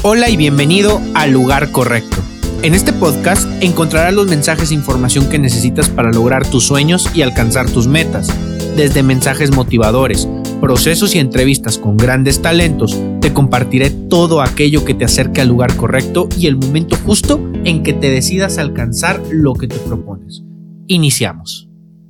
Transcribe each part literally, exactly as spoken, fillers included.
Hola y bienvenido al lugar correcto. En este podcast encontrarás los mensajes e información que necesitas para lograr tus sueños y alcanzar tus metas. Desde mensajes motivadores, procesos y entrevistas con grandes talentos, te compartiré todo aquello que te acerque al lugar correcto y el momento justo en que te decidas alcanzar lo que te propones. Iniciamos.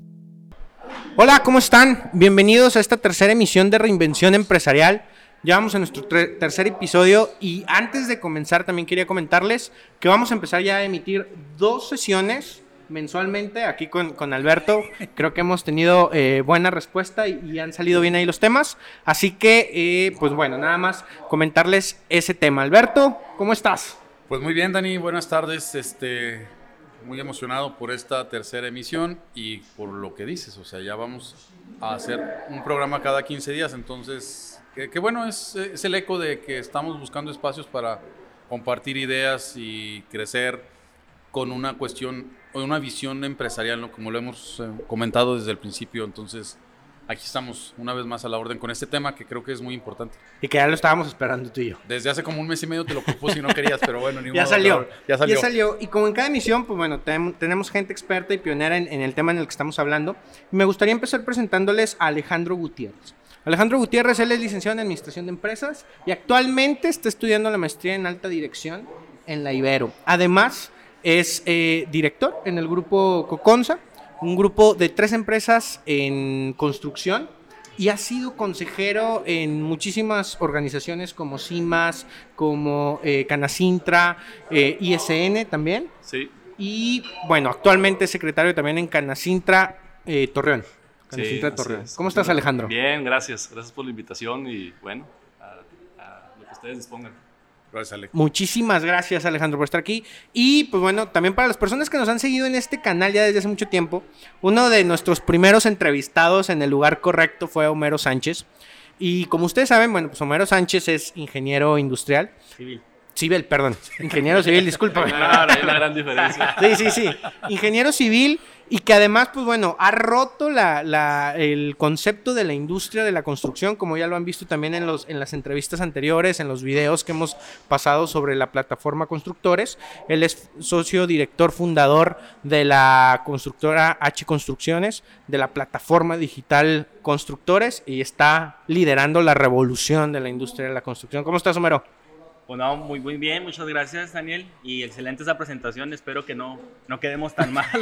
Hola, ¿cómo están? Bienvenidos a esta tercera emisión de Reinvención Empresarial. Ya vamos a nuestro tre- tercer episodio y antes de comenzar también quería comentarles que vamos a empezar ya a emitir dos sesiones mensualmente aquí con, con Alberto. Creo que hemos tenido eh, buena respuesta y, y han salido bien ahí los temas. Así que, eh, pues bueno, nada más comentarles ese tema. Alberto, ¿cómo estás? Pues muy bien, Dani, buenas tardes. Este, muy emocionado por esta tercera emisión y por lo que dices. O sea, ya vamos a hacer un programa cada quince días, entonces... Que, que bueno, es, es el eco de que estamos buscando espacios para compartir ideas y crecer con una cuestión o una visión empresarial, ¿no? Como lo hemos eh, comentado desde el principio. Entonces, aquí estamos una vez más a la orden con este tema que creo que es muy importante. Y que ya lo estábamos esperando tú y yo. Desde hace como un mes y medio te lo propuse y no querías, pero bueno, ni ya, modo, salió. ya salió. Ya salió. Y como en cada emisión, pues bueno, ten, tenemos gente experta y pionera en, en el tema en el que estamos hablando. Me gustaría empezar presentándoles a Alejandro Gutiérrez. Alejandro Gutiérrez, él es licenciado en Administración de Empresas y actualmente está estudiando la maestría en Alta Dirección en la Ibero. Además, es eh, director en el grupo Coconza, un grupo de tres empresas en construcción, y ha sido consejero en muchísimas organizaciones como CIMAS, como eh, Canacintra, eh, I S N también. Sí. Y bueno, actualmente es secretario también en Canacintra eh, Torreón. Sí, Torreón. ¿Cómo estás, Alejandro? Bien, gracias. Gracias por la invitación y bueno, a, a lo que ustedes dispongan. Gracias, Ale. Muchísimas gracias, Alejandro, por estar aquí. Y pues bueno, también para las personas que nos han seguido en este canal ya desde hace mucho tiempo, uno de nuestros primeros entrevistados en el lugar correcto fue Homero Sánchez. Y como ustedes saben, bueno, pues Homero Sánchez es ingeniero industrial. Civil. Civil, perdón. Ingeniero civil, discúlpame. Claro, hay una gran diferencia. Sí, sí, sí. Ingeniero civil y que además, pues bueno, ha roto la, la, el concepto de la industria de la construcción, como ya lo han visto también en, los, en las entrevistas anteriores, en los videos que hemos pasado sobre la plataforma Constructores. Él es socio director fundador de la constructora H Construcciones, de la plataforma digital Constructores, y está liderando la revolución de la industria de la construcción. ¿Cómo estás, Homero? Bueno, muy, muy bien, muchas gracias, Daniel, y excelente esa presentación, espero que no, no quedemos tan mal.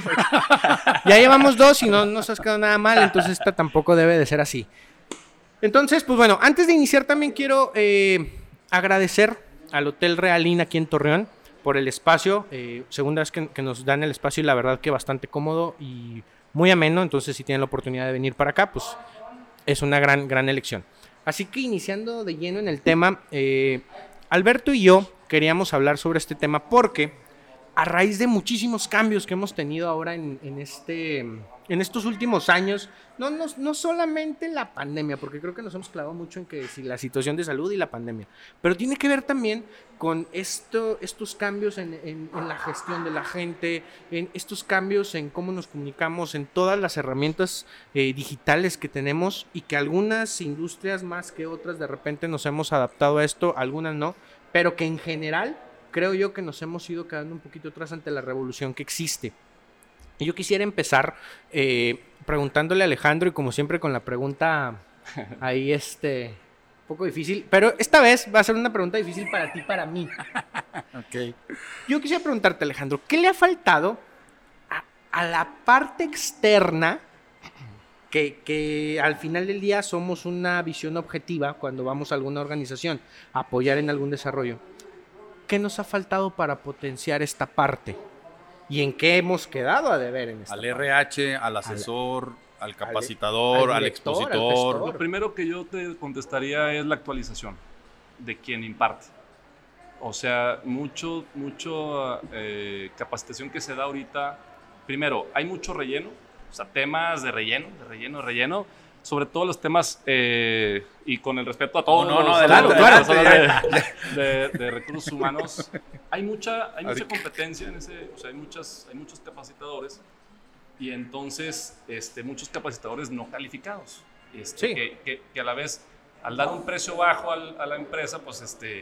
Ya llevamos dos y no nos has quedado nada mal, entonces esta tampoco debe de ser así. Entonces, pues bueno, antes de iniciar también quiero eh, agradecer al Hotel Realín aquí en Torreón por el espacio, eh, segunda vez que, que nos dan el espacio y la verdad que bastante cómodo y muy ameno, entonces si tienen la oportunidad de venir para acá, pues es una gran, gran elección. Así que iniciando de lleno en el tema... Eh, Alberto y yo queríamos hablar sobre este tema porque a raíz de muchísimos cambios que hemos tenido ahora en, en, este, en estos últimos años, no, no, no solamente la pandemia, porque creo que nos hemos clavado mucho en que si la situación de salud y la pandemia, pero tiene que ver también con esto, estos cambios en, en, en la gestión de la gente, en estos cambios en cómo nos comunicamos, en todas las herramientas eh, digitales que tenemos y que algunas industrias más que otras de repente nos hemos adaptado a esto, algunas no, pero que en general creo yo que nos hemos ido quedando un poquito atrás ante la revolución que existe. Y yo quisiera empezar eh, preguntándole a Alejandro y como siempre con la pregunta ahí este... un poco difícil, pero esta vez va a ser una pregunta difícil para ti, para mí. Ok. Yo quisiera preguntarte, Alejandro, ¿qué le ha faltado a, a la parte externa que, que al final del día somos una visión objetiva cuando vamos a alguna organización a apoyar en algún desarrollo? ¿Qué nos ha faltado para potenciar esta parte? ¿Y en qué hemos quedado a deber en esta Al parte? R H, al asesor... al capacitador, al, al, director, expositor. al Lo primero que yo te contestaría es la actualización de quien imparte. O sea, mucho, mucho eh, capacitación que se da ahorita. Primero, hay mucho relleno, o sea, temas de relleno, de relleno, de relleno. Sobre todo los temas, eh, y con el respeto a todos No, no, no, los, adelante, los- adelante. de, de- de recursos humanos, hay mucha, hay mucha competencia en ese, o sea, hay, muchas, hay muchos capacitadores y entonces este, muchos capacitadores no calificados, este, Sí. que, que, que a la vez, al dar un precio bajo al, a la empresa, pues este,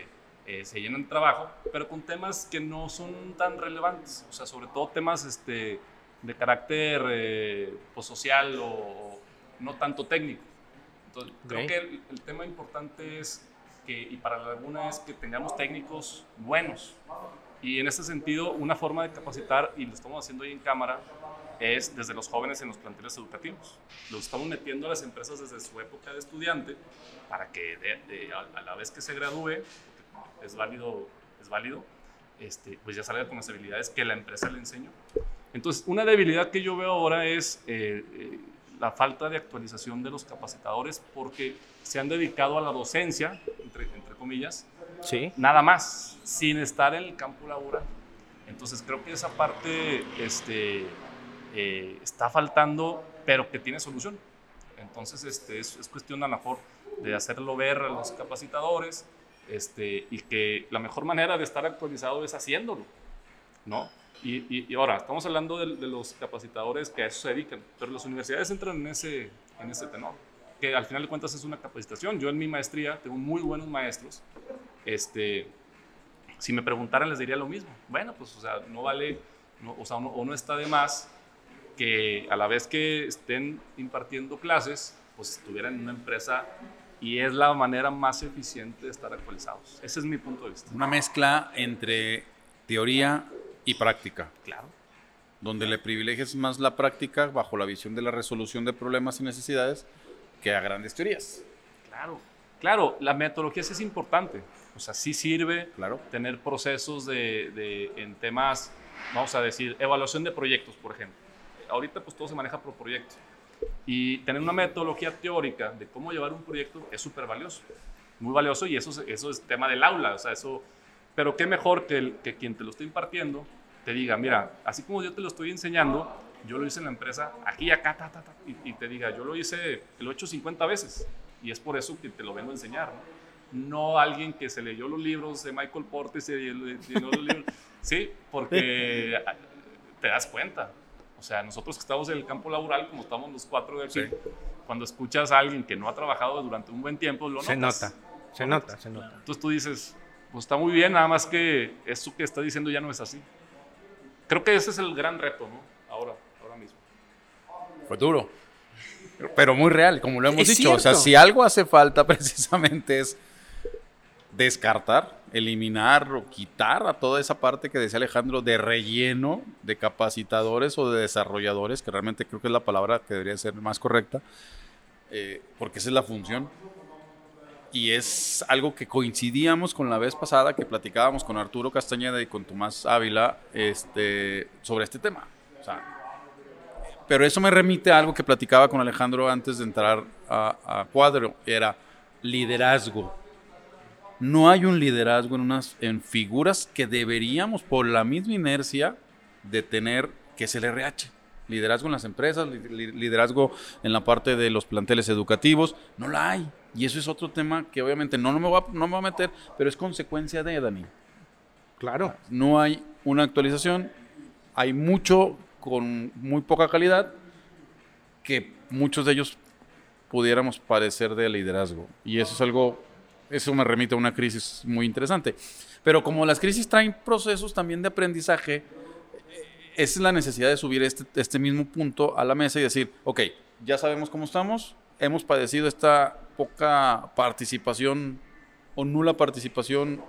eh, se llenan de trabajo, pero con temas que no son tan relevantes, o sea, sobre todo temas este, de carácter eh, pues, social o, o no tanto técnico. Entonces, okay. creo que el, el tema importante es que, y para la laguna, es que tengamos técnicos buenos. Y en ese sentido, una forma de capacitar, y lo estamos haciendo ahí en cámara, es desde los jóvenes en los planteles educativos. Los estamos metiendo a las empresas desde su época de estudiante para que de, de, a, a la vez que se gradúe, es válido, es válido este, pues ya salga con las habilidades que la empresa le enseñó. Entonces, una debilidad que yo veo ahora es eh, eh, la falta de actualización de los capacitadores, porque se han dedicado a la docencia, entre, entre comillas, sí. nada más, sin estar en el campo laboral. Entonces, creo que esa parte este, eh, está faltando, pero que tiene solución. Entonces, este, es, es cuestión a lo mejor de hacerlo ver a los capacitadores, este, y que la mejor manera de estar actualizado es haciéndolo, ¿no? Y, y, y ahora, estamos hablando de, de los capacitadores que a eso se dedican, pero las universidades entran en ese, en ese tenor, que al final de cuentas es una capacitación. Yo en mi maestría tengo muy buenos maestros. Este, si me preguntaran les diría lo mismo. Bueno, pues o sea, no vale, no, o sea, no, o no está de más que a la vez que estén impartiendo clases, pues estuvieran en una empresa, y es la manera más eficiente de estar actualizados. Ese es mi punto de vista. Una mezcla entre teoría y práctica. Claro. Donde le privilegias más la práctica bajo la visión de la resolución de problemas y necesidades que a grandes teorías. Claro, claro, la metodología sí es importante. O sea, sí sirve claro. tener procesos de, de, en temas, vamos a decir, evaluación de proyectos, por ejemplo. Ahorita pues todo se maneja por proyecto. Y tener una metodología teórica de cómo llevar un proyecto es súper valioso, muy valioso, y eso, eso es tema del aula, o sea, eso, pero qué mejor que, el, que quien te lo esté impartiendo te diga, mira, así como yo te lo estoy enseñando, yo lo hice en la empresa, aquí y acá, ta, ta, ta, y, y te diga, yo lo hice, lo he hecho cincuenta veces, y es por eso que te lo vengo a enseñar, ¿no? No alguien que se leyó los libros de Michael Portes y leyó los libros, sí, porque te das cuenta. O sea, nosotros que estamos en el campo laboral, como estamos los cuatro de aquí, sí. cuando escuchas a alguien que no ha trabajado durante un buen tiempo, lo notas. Se nota, se ¿no? nota, se nota. Entonces tú dices, pues está muy bien, nada más que eso que está diciendo ya no es así. Creo que ese es el gran reto, ¿no? Ahora, ahora mismo. Fue duro, pero muy real, como lo hemos es dicho. Cierto. O sea, si algo hace falta precisamente es descartar, eliminar o quitar a toda esa parte que decía Alejandro de relleno de capacitadores o de desarrolladores, que realmente creo que es la palabra que debería ser más correcta, eh, porque esa es la función. Y es algo que coincidíamos con la vez pasada que platicábamos con Arturo Castañeda y con Tomás Ávila este, sobre este tema. O sea, pero eso me remite a algo que platicaba con Alejandro antes de entrar a, a Cuadro, era liderazgo. No hay un liderazgo en, unas, en figuras que deberíamos, por la misma inercia, de tener, que es el R H. Liderazgo en las empresas, liderazgo en la parte de los planteles educativos, no la hay. Y eso es otro tema que obviamente no, no, me, voy a, no me voy a meter, pero es consecuencia de, Dani. Claro. No hay una actualización, hay mucho con muy poca calidad, que muchos de ellos pudiéramos parecer de liderazgo. Y eso es algo... Eso me remite a una crisis muy interesante. Pero como las crisis traen procesos también de aprendizaje, esa es la necesidad de subir este, este mismo punto a la mesa y decir, ok, ya sabemos cómo estamos, hemos padecido esta poca participación o nula participación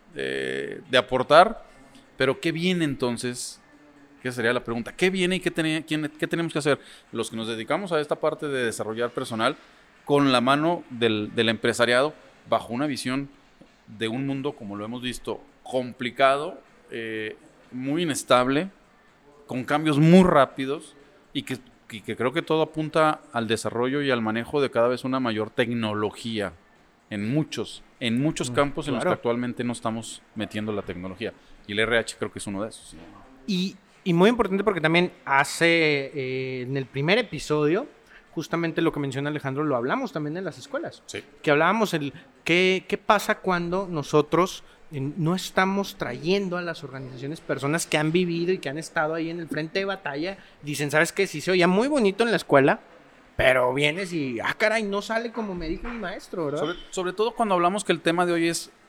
de, de aportar, pero ¿qué viene entonces? ¿Qué sería la pregunta? ¿Qué viene y qué, ten, qué, qué tenemos que hacer? Los que nos dedicamos a esta parte de desarrollar personal con la mano del, del empresariado, bajo una visión de un mundo, como lo hemos visto, complicado, eh, muy inestable, con cambios muy rápidos y que, y que creo que todo apunta al desarrollo y al manejo de cada vez una mayor tecnología en muchos, en muchos campos claro. en los que actualmente no estamos metiendo la tecnología. Y el R H creo que es uno de esos. Y, y muy importante porque también hace, eh, en el primer episodio, justamente lo que menciona Alejandro, lo hablamos también en las escuelas. Sí. Que hablábamos el qué, qué pasa cuando nosotros eh, no estamos trayendo a las organizaciones personas que han vivido y que han estado ahí en el frente de batalla. Dicen, ¿sabes qué? Sí se oía muy bonito en la escuela, pero vienes y, ah, caray, no sale como me dijo mi maestro, ¿verdad? Sobre, sobre todo cuando hablamos que el tema de hoy es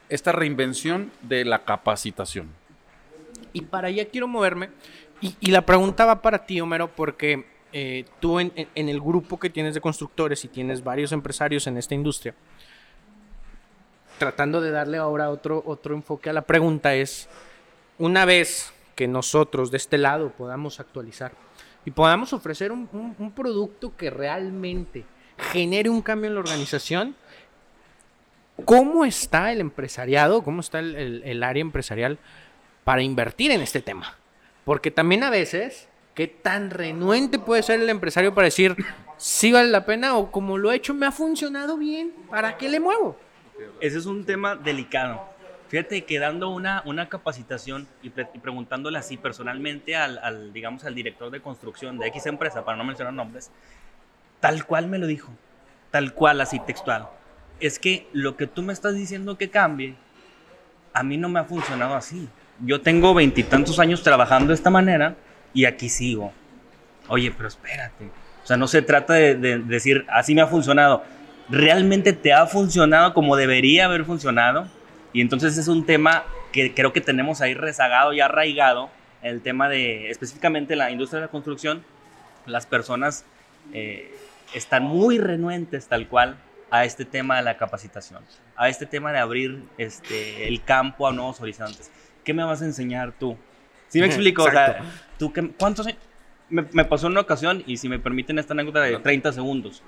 esta reinvención de la capacitación. Y para allá quiero moverme. Y, y la pregunta va para ti, Homero, porque eh, tú en, en el grupo que tienes de constructores y tienes varios empresarios en esta industria, tratando de darle ahora otro, otro enfoque a la pregunta es, una vez que nosotros de este lado podamos actualizar y podamos ofrecer un, un, un producto que realmente genere un cambio en la organización, ¿cómo está el empresariado, cómo está el, el, el área empresarial para invertir en este tema? Porque también a veces, ¿qué tan renuente puede ser el empresario para decir, sí vale la pena o como lo he hecho me ha funcionado bien, ¿para qué le muevo? Ese es un tema delicado. Fíjate que dando una, una capacitación y, pre y preguntándole así personalmente al, al, digamos, al director de construcción de X empresa, para no mencionar nombres, tal cual me lo dijo, tal cual, así textual. Es que lo que tú me estás diciendo que cambie, a mí no me ha funcionado así. Yo tengo veintitantos años trabajando de esta manera y aquí sigo. Oye, pero espérate. O sea, no se trata de, de decir, así me ha funcionado. ¿Realmente te ha funcionado como debería haber funcionado? Y entonces es un tema que creo que tenemos ahí rezagado y arraigado, el tema de, específicamente la industria de la construcción, las personas eh, están muy renuentes tal cual a este tema de la capacitación, a este tema de abrir este, el campo a nuevos horizontes. ¿Qué me vas a enseñar tú? ¿Sí me explico? O sea, ¿tú qué, ¿cuántos años? Me, me pasó en una ocasión, y si me permiten esta anécdota de treinta segundos.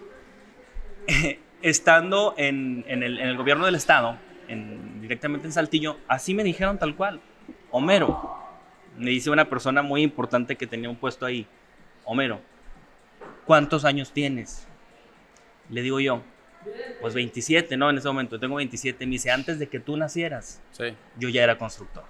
Estando en, en, el, en el gobierno del estado, en, directamente en Saltillo, así me dijeron tal cual. Homero, me dice una persona muy importante que tenía un puesto ahí. Homero, ¿cuántos años tienes? Le digo yo, pues veintisiete, ¿no? En ese momento tengo veintisiete. Me dice, antes de que tú nacieras, sí, yo ya era constructor.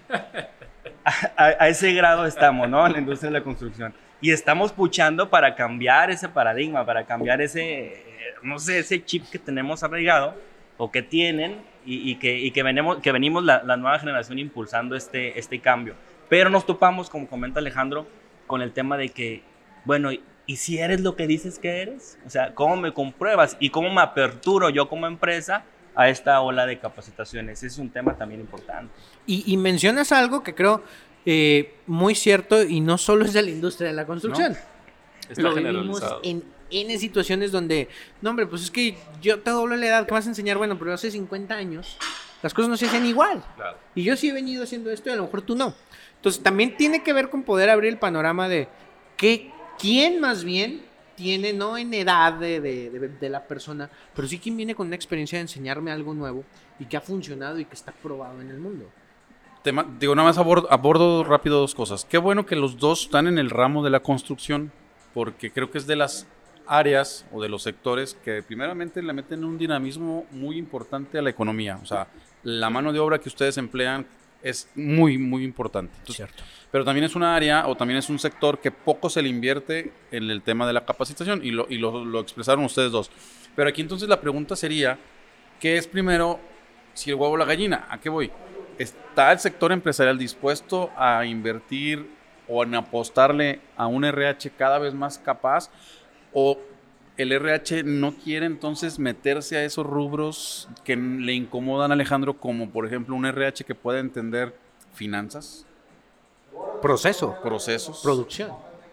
a, a, a ese grado estamos, ¿no? En la industria de la construcción. Y estamos puchando para cambiar ese paradigma, para cambiar ese, no sé, ese chip que tenemos arraigado o que tienen y, y que, y que venimos, que venimos la, la nueva generación impulsando este, este cambio. Pero nos topamos, como comenta Alejandro, con el tema de que, bueno, ¿y si eres lo que dices que eres? O sea, ¿cómo me compruebas? ¿Y cómo me aperturo yo como empresa a esta ola de capacitaciones? Ese es un tema también importante. Y, y mencionas algo que creo eh, muy cierto y no solo es de la industria de la construcción. No, está lo vivimos en N situaciones donde, no hombre, pues es que yo te doblo la edad, ¿qué vas a enseñar? Bueno, pero hace cincuenta años las cosas no se hacen igual. Claro. Y yo sí he venido haciendo esto y a lo mejor tú no. Entonces también tiene que ver con poder abrir el panorama de qué, quién más bien tiene, no en edad de, de, de, de la persona, pero sí quien viene con una experiencia de enseñarme algo nuevo y que ha funcionado y que está probado en el mundo. Tema, digo, nada más abordo, abordo rápido dos cosas. Qué bueno que los dos están en el ramo de la construcción, porque creo que es de las áreas o de los sectores que primeramente le meten un dinamismo muy importante a la economía. O sea, la mano de obra que ustedes emplean es muy, muy importante. Entonces, cierto. Pero también es una área o también es un sector que poco se le invierte en el tema de la capacitación y lo, y lo, lo expresaron ustedes dos. Pero aquí entonces la pregunta sería, ¿qué es primero, si el huevo o la gallina? ¿A qué voy? ¿Está el sector empresarial dispuesto a invertir o en apostarle a un R H cada vez más capaz? ¿O el R H no quiere entonces meterse a esos rubros que le incomodan a Alejandro, como por ejemplo un R H que pueda entender finanzas? Proceso. Procesos. Producción.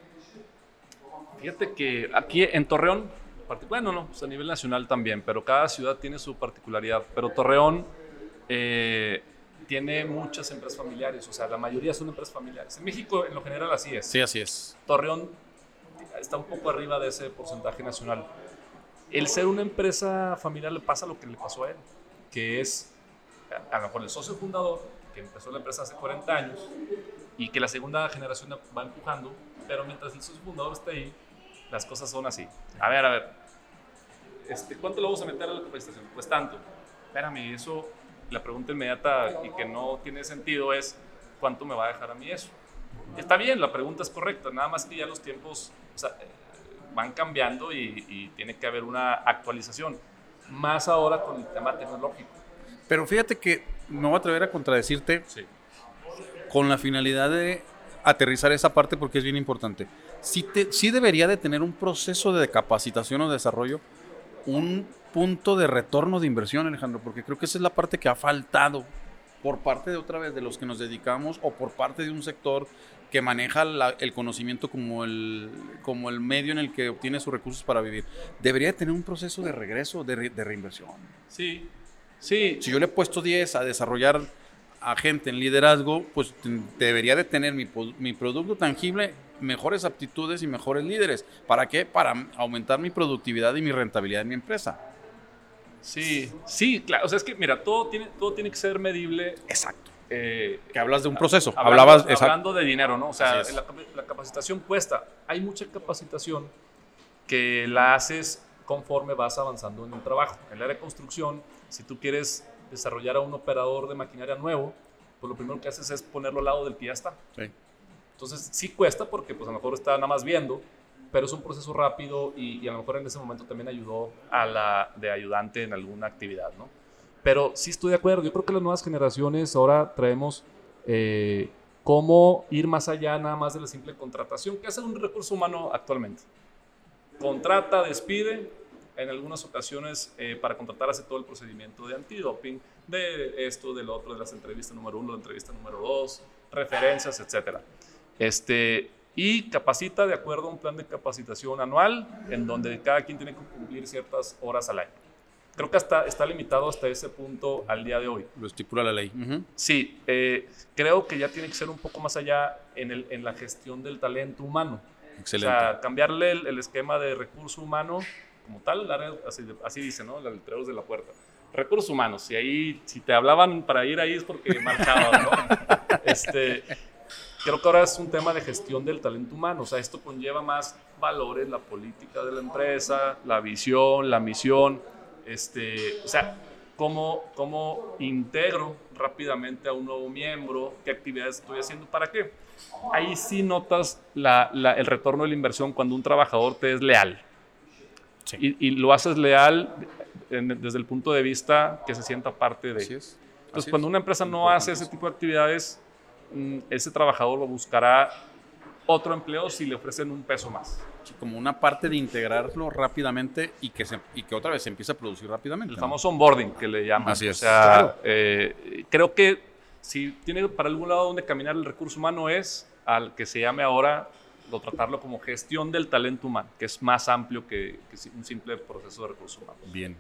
Fíjate que aquí en Torreón, bueno, no, pues a nivel nacional también, pero cada ciudad tiene su particularidad. Pero Torreón eh, tiene muchas empresas familiares, o sea, la mayoría son empresas familiares. En México, en lo general, así es. Sí, así es. Torreón está un poco arriba de ese porcentaje nacional. El ser una empresa familiar le pasa lo que le pasó a él, que es, a lo mejor el socio fundador, que empezó la empresa hace cuarenta años, y que la segunda generación va empujando, pero mientras el socio fundador esté ahí, las cosas son así. A ver, a ver, este, ¿cuánto le vamos a meter a la capacitación? Pues tanto. Espérame, eso, la pregunta inmediata y que no tiene sentido es, ¿cuánto me va a dejar a mí eso? Está bien, la pregunta es correcta, nada más que ya los tiempos, o sea, van cambiando y, y tiene que haber una actualización, más ahora con el tema tecnológico. Pero fíjate que me voy a atrever a contradecirte, sí, con la finalidad de aterrizar esa parte porque es bien importante. Sí, te, sí debería de tener un proceso de capacitación o desarrollo un punto de retorno de inversión, Alejandro, porque creo que esa es la parte que ha faltado por parte de otra vez de los que nos dedicamos o por parte de un sector que maneja la, el conocimiento como el, como el medio en el que obtiene sus recursos para vivir. Debería tener un proceso de regreso, de, re, de reinversión. Sí, sí. Si yo le he puesto diez a desarrollar a gente en liderazgo, pues debería de tener mi, mi producto tangible, mejores aptitudes y mejores líderes. ¿Para qué? Para aumentar mi productividad y mi rentabilidad en mi empresa. Sí, sí, claro. O sea, es que, mira, todo tiene, todo tiene que ser medible. Exacto. Eh, que hablas de un proceso. Hablando, Hablabas, hablando de dinero, ¿no? O sea, es. la, la capacitación cuesta. Hay mucha capacitación que la haces conforme vas avanzando en el trabajo. En el área de construcción, si tú quieres desarrollar a un operador de maquinaria nuevo, pues lo primero que haces es ponerlo al lado del que ya está. Sí. Entonces, sí cuesta porque pues a lo mejor está nada más viendo, pero es un proceso rápido y, y a lo mejor en ese momento también ayudó a la de ayudante en alguna actividad, ¿no? Pero sí estoy de acuerdo. Yo creo que las nuevas generaciones ahora traemos eh, cómo ir más allá nada más de la simple contratación. ¿Qué hace un recurso humano actualmente? Contrata, despide. En algunas ocasiones eh, para contratar hace todo el procedimiento de antidoping, de esto, del otro, de las entrevistas número uno, de la entrevista número dos, referencias, etcétera. Este, y capacita de acuerdo a un plan de capacitación anual en donde cada quien tiene que cumplir ciertas horas al año. Creo que hasta, está limitado hasta ese punto al día de hoy. Lo estipula la ley. Uh-huh. Sí, eh, creo que ya tiene que ser un poco más allá en, el, en la gestión del talento humano. Excelente. O sea, cambiarle el, el esquema de recurso humano como tal, la red, así, así dice, ¿no? Los letreros de la puerta. Recursos humanos. Y ahí, si te hablaban para ir ahí es porque marchabas, ¿no? este, creo que ahora es un tema de gestión del talento humano. O sea, esto conlleva más valores, la política de la empresa, la visión, la misión. Este, o sea, cómo, cómo integro rápidamente a un nuevo miembro, qué actividades estoy haciendo, ¿para qué? Ahí sí notas la, la, el retorno de la inversión cuando un trabajador te es leal. Sí. Y, y lo haces leal en, desde el punto de vista que se sienta parte de. Así es. Entonces, Así cuando es. una empresa no hace ese tipo de actividades, ese trabajador buscará otro empleo si le ofrecen un peso más. Sí, como una parte de integrarlo rápidamente y que, se, y que otra vez se empiece a producir rápidamente. El ¿no? famoso onboarding que le llaman. Así es. O sea, Claro. eh, creo que si tiene para algún lado donde caminar el recurso humano es al que se llame ahora, o tratarlo como gestión del talento humano, que es más amplio que, que un simple proceso de recursos humanos. Bien.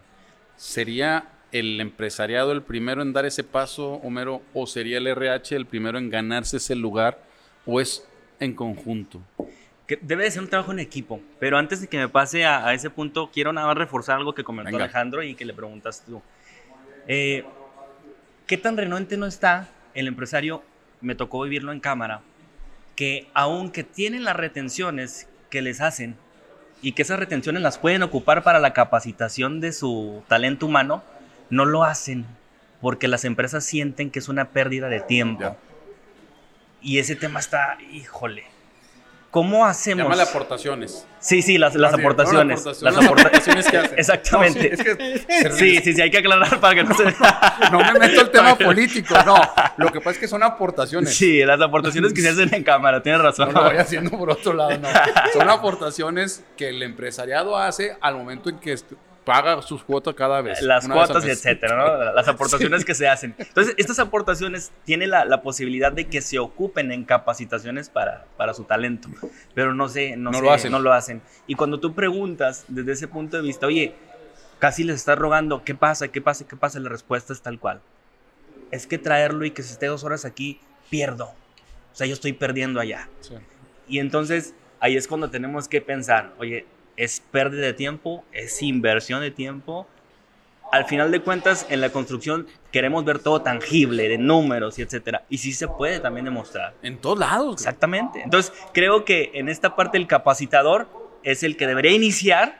¿Sería el empresariado el primero en dar ese paso, Homero, o sería el R H el primero en ganarse ese lugar, o es en conjunto? Que debe de ser un trabajo en equipo, pero antes de que me pase a, a ese punto, quiero nada más reforzar algo que comentó Venga. Alejandro y que le preguntaste tú. Eh, ¿Qué tan renuente no está el empresario? Me tocó vivirlo en cámara, que aunque tienen las retenciones que les hacen y que esas retenciones las pueden ocupar para la capacitación de su talento humano, no lo hacen porque las empresas sienten que es una pérdida de tiempo. Ya. Y ese tema está, híjole, ¿cómo hacemos? Llámale aportaciones. Sí, sí, las, las Así, aportaciones. no, las Las aportaciones que hacen. Exactamente. No, sí, es que, Sí, sí, sí, hay que aclarar para que no se... no me meto el tema político, no. Lo que pasa es que son aportaciones. Sí, las aportaciones que se hacen en cámara, tienes razón. No lo voy haciendo por otro lado, no. Son aportaciones que el empresariado hace al momento en que est- paga sus cuotas cada vez. Las una vez cuotas al y mes. etcétera, ¿no? Las aportaciones sí. que se hacen. Entonces, estas aportaciones tienen la, la posibilidad de que se ocupen en capacitaciones para, para su talento, pero no sé, no, No sé, lo hacen. no lo hacen. Y cuando tú preguntas desde ese punto de vista, oye, casi les estás rogando, ¿qué pasa? ¿Qué pasa? ¿Qué pasa? La respuesta es tal cual. Es que traerlo y que se esté dos horas aquí, pierdo. O sea, yo estoy perdiendo allá. Sí. Y entonces, ahí es cuando tenemos que pensar, oye, es pérdida de tiempo, es inversión de tiempo. Al final de cuentas, en la construcción queremos ver todo tangible, de números y etcétera. Y sí se puede también demostrar. En todos lados. Exactamente. Entonces, creo que en esta parte el capacitador es el que debería iniciar,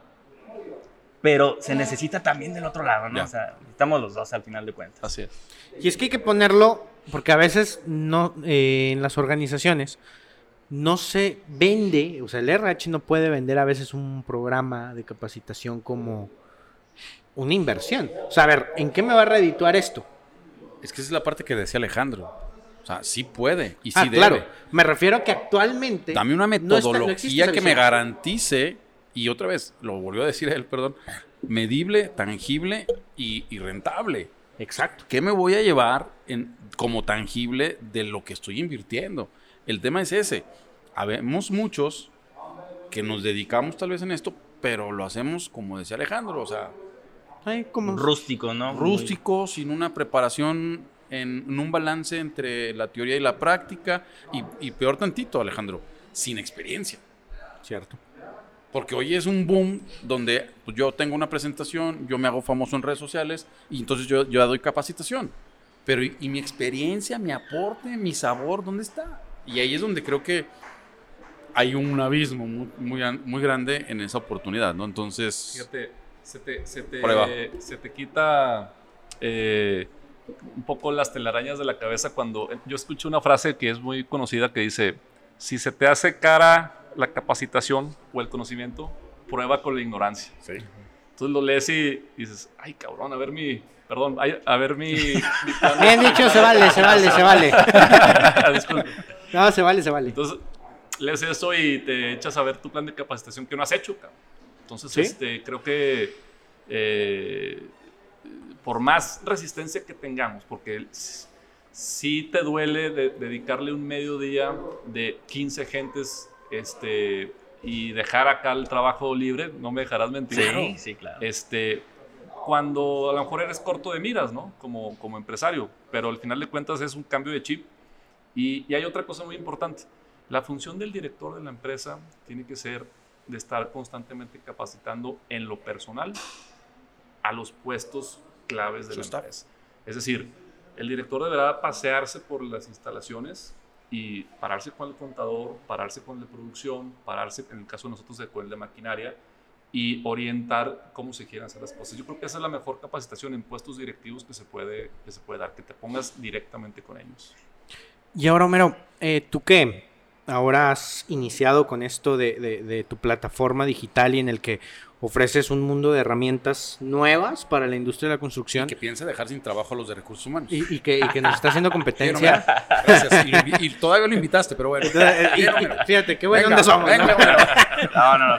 pero se necesita también del otro lado, ¿no? Ya. O sea, necesitamos los dos al final de cuentas. Así es. Y es que hay que ponerlo, porque a veces no eh, en las organizaciones no se vende, o sea, el R H no puede vender a veces un programa de capacitación como una inversión. O sea, a ver, ¿en qué me va a redituar esto? Es que esa es la parte que decía Alejandro. O sea, sí puede y sí Ah, debe. claro. Me refiero a que actualmente Dame una no está- no metodología existe esa que me visión. garantice, y otra vez, lo volvió a decir él, perdón, medible, tangible y, y rentable. Exacto. ¿Qué me voy a llevar en, como tangible de lo que estoy invirtiendo? El tema es ese. Habemos muchos que nos dedicamos tal vez en esto, pero lo hacemos como decía Alejandro, o sea, Ay, como Rústico, ¿no? rústico, sin una preparación, en, en un balance entre la teoría y la práctica, y, y peor tantito, Alejandro, sin experiencia. Cierto. Porque hoy es un boom donde pues, yo tengo una presentación, yo me hago famoso en redes sociales y entonces yo, yo doy capacitación. Pero ¿y, y mi experiencia, mi aporte, mi sabor, dónde está? Y ahí es donde creo que hay un abismo muy, muy, muy grande en esa oportunidad, ¿no? Entonces... Fíjate, se te, se te, Prueba. se te quita eh, un poco las telarañas de la cabeza cuando... Yo escuché una frase que es muy conocida que dice, si se te hace cara la capacitación o el conocimiento, prueba con la ignorancia. Sí. Entonces lo lees y dices, ay cabrón, a ver mi... Perdón, ay, a ver mi... mi plan de- Bien dicho, se vale, se vale, se vale. Disculpe. No, se vale, se vale. Entonces, lees eso y te echas a ver tu plan de capacitación que no has hecho, cabrón. Entonces, ¿Sí? este, creo que eh, por más resistencia que tengamos, porque sí te duele de, dedicarle un mediodía de quince gentes este, y dejar acá el trabajo libre, no me dejarás mentir. Sí, sí, claro. Este, cuando a lo mejor eres corto de miras, ¿no? Como, como empresario, pero al final de cuentas es un cambio de chip. Y, y hay otra cosa muy importante. La función del director de la empresa tiene que ser de estar constantemente capacitando en lo personal a los puestos claves de Su la staff. empresa. Es decir, el director deberá pasearse por las instalaciones y pararse con el contador, pararse con el de producción, pararse, en el caso de nosotros, con el de maquinaria, y orientar cómo se quieren hacer las cosas. Yo creo que esa es la mejor capacitación en puestos directivos que se puede, que se puede dar, que te pongas directamente con ellos. Y ahora, Homero, eh, ¿tú qué? Ahora has iniciado con esto de, de, de tu plataforma digital y en el que ofreces un mundo de herramientas nuevas para la industria de la construcción. Que piensa dejar sin trabajo a los de recursos humanos. Y, y, que, y que nos está haciendo competencia. Bueno, gracias. Y, y todavía lo invitaste, pero bueno. Y- y- fíjate, qué bueno Venga, dónde somos. venga, ¿no? bueno. No, no, no.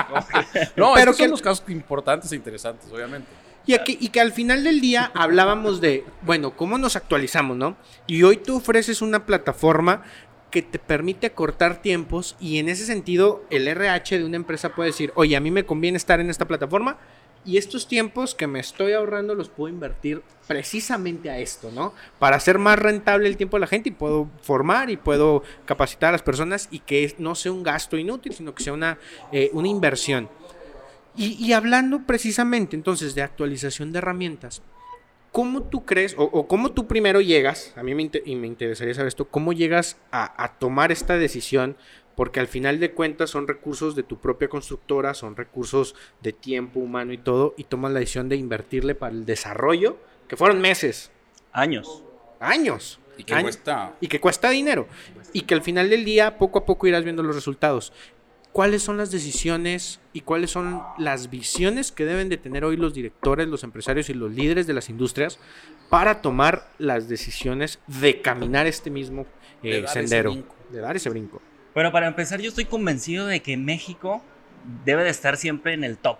No, Pero estos que- son los casos importantes e interesantes, obviamente. Y, aquí, y que al final del día hablábamos de, bueno, cómo nos actualizamos, ¿no? Y hoy tú ofreces una plataforma que te permite acortar tiempos y en ese sentido el R H de una empresa puede decir, oye, a mí me conviene estar en esta plataforma y estos tiempos que me estoy ahorrando los puedo invertir precisamente a esto, ¿no? Para hacer más rentable el tiempo de la gente y puedo formar y puedo capacitar a las personas y que no sea un gasto inútil, sino que sea una, eh, una inversión. Y, y hablando precisamente entonces de actualización de herramientas, ¿cómo tú crees o, o cómo tú primero llegas, a mí me, inter- y me interesaría saber esto, cómo llegas a, a tomar esta decisión? Porque al final de cuentas son recursos de tu propia constructora, son recursos de tiempo humano y todo, y tomas la decisión de invertirle para el desarrollo, que fueron meses, Años. años. Y que años, cuesta... y que cuesta dinero. Y que al final del día, poco a poco irás viendo los resultados. ¿Cuáles son las decisiones y cuáles son las visiones que deben de tener hoy los directores, los empresarios y los líderes de las industrias para tomar las decisiones de caminar este mismo eh, De dar ese sendero, brinco. de dar ese brinco? Bueno, para empezar, yo estoy convencido de que México debe de estar siempre en el top.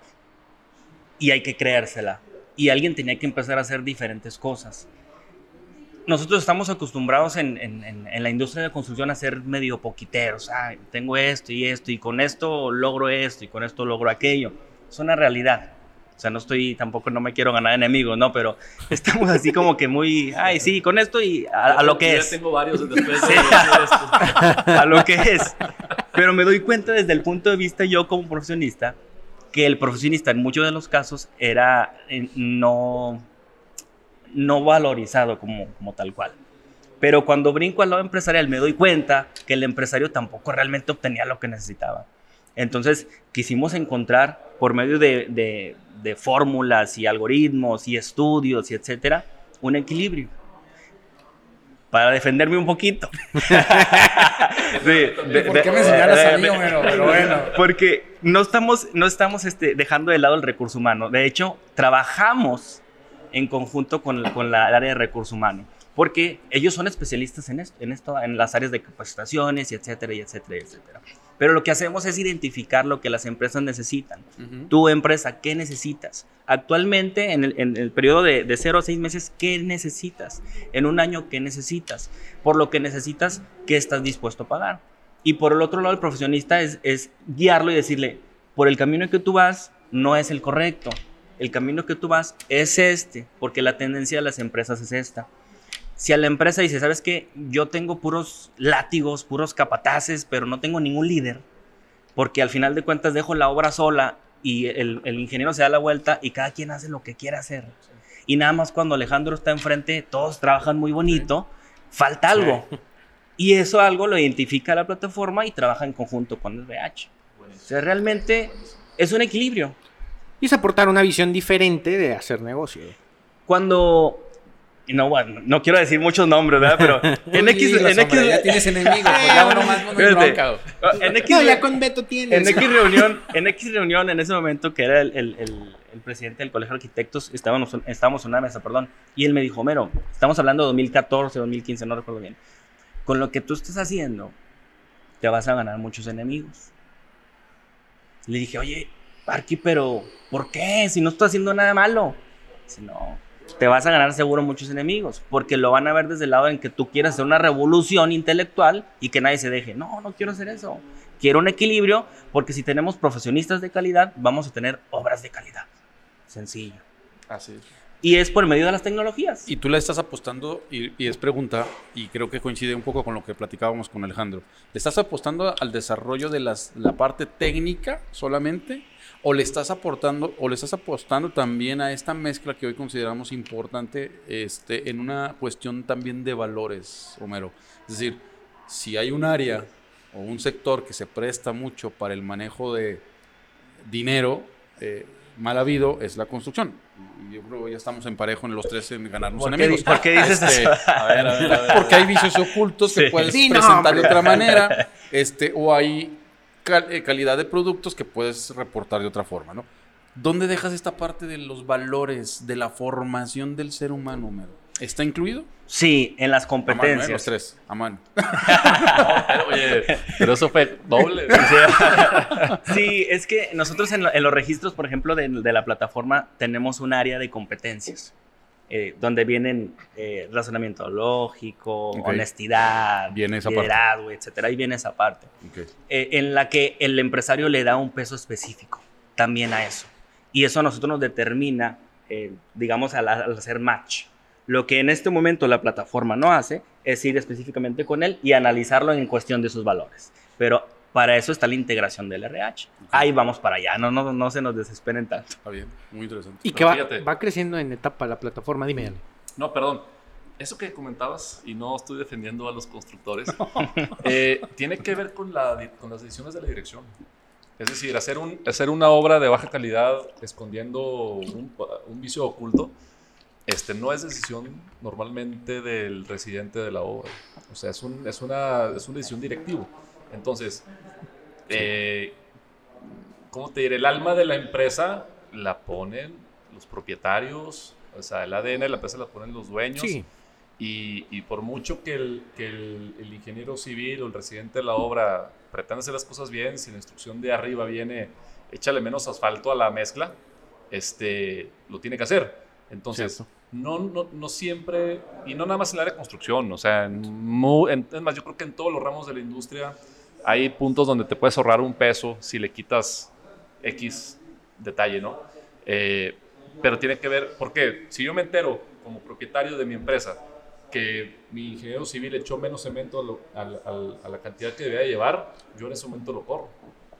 Y hay que creérsela. Y alguien tenía que empezar a hacer diferentes cosas. Nosotros estamos acostumbrados en, en, en, en la industria de construcción a ser medio poquiteros. Ah, tengo esto y esto, y con esto logro esto, y con esto logro aquello. Es una realidad. O sea, no estoy, tampoco no me quiero ganar enemigos, ¿no? Pero estamos así como que muy, ay, sí, con esto y a, a lo que Ya es. tengo varios después de Sí. decir esto. A lo que es. Pero me doy cuenta desde el punto de vista yo como profesionista que el profesionista en muchos de los casos era eh, no, no valorizado como, como tal cual. Pero cuando brinco al lado empresarial me doy cuenta que el empresario tampoco realmente obtenía lo que necesitaba. Entonces quisimos encontrar por medio de, de, de fórmulas y algoritmos y estudios y etcétera un equilibrio. Para defenderme un poquito. Sí, de- ¿Por qué de- me señalas a mí, de- Homero? Pero bueno. Porque no estamos, no estamos este, dejando de lado el recurso humano. De hecho, trabajamos en conjunto con, con la área de recurso humano. Porque ellos son especialistas en esto, en esto, en las áreas de capacitaciones y etcétera, y etcétera, y etcétera. Pero lo que hacemos es identificar lo que las empresas necesitan. Uh-huh. Tu empresa, ¿qué necesitas? Actualmente, en el, en el periodo de, de cero a seis meses, ¿qué necesitas? En un año, ¿qué necesitas? Por lo que necesitas, ¿qué estás dispuesto a pagar? Y por el otro lado, el profesionista es, es guiarlo y decirle, por el camino que tú vas, no es el correcto. El camino que tú vas es este, porque la tendencia de las empresas es esta. Si a la empresa dice, ¿sabes qué? Yo tengo puros látigos, puros capataces, pero no tengo ningún líder, porque al final de cuentas dejo la obra sola y el, el ingeniero se da la vuelta y cada quien hace lo que quiere hacer. Sí. Y nada más cuando Alejandro está enfrente, todos trabajan muy bonito, sí. falta algo. Sí. Y eso algo lo identifica la plataforma y trabaja en conjunto con el R H. Buenísimo. O sea, realmente es un equilibrio. Y es aportar una visión diferente de hacer negocio. Cuando... No, bueno, no quiero decir muchos nombres, ¿verdad? Pero en X... Dilos, en X ya tienes enemigos, pues ya uno más no es bronca. En X, no, ya con Beto tienes. En X reunión, en X reunión, en ese momento, que era el, el, el, el presidente del Colegio de Arquitectos, estábamos, estábamos en una mesa, perdón, y él me dijo, Mero, estamos hablando de dos mil catorce, dos mil quince, no recuerdo bien. Con lo que tú estás haciendo, te vas a ganar muchos enemigos. Le dije, oye, Arqui, pero ¿por qué? Si no estoy haciendo nada malo. Dice, no... te vas a ganar seguro muchos enemigos, porque lo van a ver desde el lado en que tú quieras hacer una revolución intelectual y que nadie se deje. No, no quiero hacer eso. Quiero un equilibrio, porque si tenemos profesionistas de calidad, vamos a tener obras de calidad. Sencillo. Así es. Y es por medio de las tecnologías. Y tú le estás apostando, y, y es pregunta, y creo que coincide un poco con lo que platicábamos con Alejandro. ¿Le estás apostando al desarrollo de las, la parte técnica solamente? ¿O le estás aportando, o le estás apostando también a esta mezcla que hoy consideramos importante este, en una cuestión también de valores, Homero? Es decir, si hay un área o un sector que se presta mucho para el manejo de dinero, eh, mal habido es la construcción. Yo creo que ya estamos en parejo en los tres en ganarnos ¿Por enemigos. Qué, ¿Por qué dices este, eso? A ver, a ver, a ver. Porque hay vicios ocultos que sí. puedes sí, presentar no, de otra manera, este, o hay cal- eh, calidad de productos que puedes reportar de otra forma, ¿no? ¿Dónde dejas esta parte de los valores, de la formación del ser humano, Homero? ¿Está incluido? Sí, en las competencias. A mano, ¿eh? Los tres, a mano. No, pero, oye, pero eso fue doble. Sí, es que nosotros en, lo, en los registros, por ejemplo, de, de la plataforma, tenemos un área de competencias, eh, donde vienen eh, razonamiento lógico, okay. honestidad, liderazgo, etcétera. Ahí viene esa parte, okay. eh, en la que el empresario le da un peso específico también a eso. Y eso a nosotros nos determina, eh, digamos, al, al hacer match. Lo que en este momento la plataforma no hace es ir específicamente con él y analizarlo en cuestión de sus valores. Pero para eso está la integración del R H. Okay. Ahí vamos para allá, no, no, no se nos desesperen tanto. Está bien, muy interesante. Y que va, va creciendo en etapa la plataforma, dime. Ale. No, perdón. Eso que comentabas, y no estoy defendiendo a los constructores, no. eh, tiene que ver con, la, con las decisiones de la dirección. Es decir, hacer, un, hacer una obra de baja calidad escondiendo un, un vicio oculto, Este, no es decisión normalmente del residente de la obra. O sea, es, un, es, una, es una decisión directiva. Entonces, eh, ¿cómo te diré? El alma de la empresa la ponen los propietarios, o sea, el A D N de la empresa la ponen los dueños. Sí. Y, y por mucho que, el, que el, el ingeniero civil o el residente de la obra pretenda hacer las cosas bien, si la instrucción de arriba viene, échale menos asfalto a la mezcla, este, lo tiene que hacer. Entonces, no, no, no siempre, y no nada más en el área de construcción, o sea, en, muy, en, es más, yo creo que en todos los ramos de la industria hay puntos donde te puedes ahorrar un peso si le quitas X detalle, ¿no? Eh, pero tiene que ver, porque si yo me entero como propietario de mi empresa que mi ingeniero civil echó menos cemento a, lo, a, a, a la cantidad que debía llevar, yo en ese momento lo corro.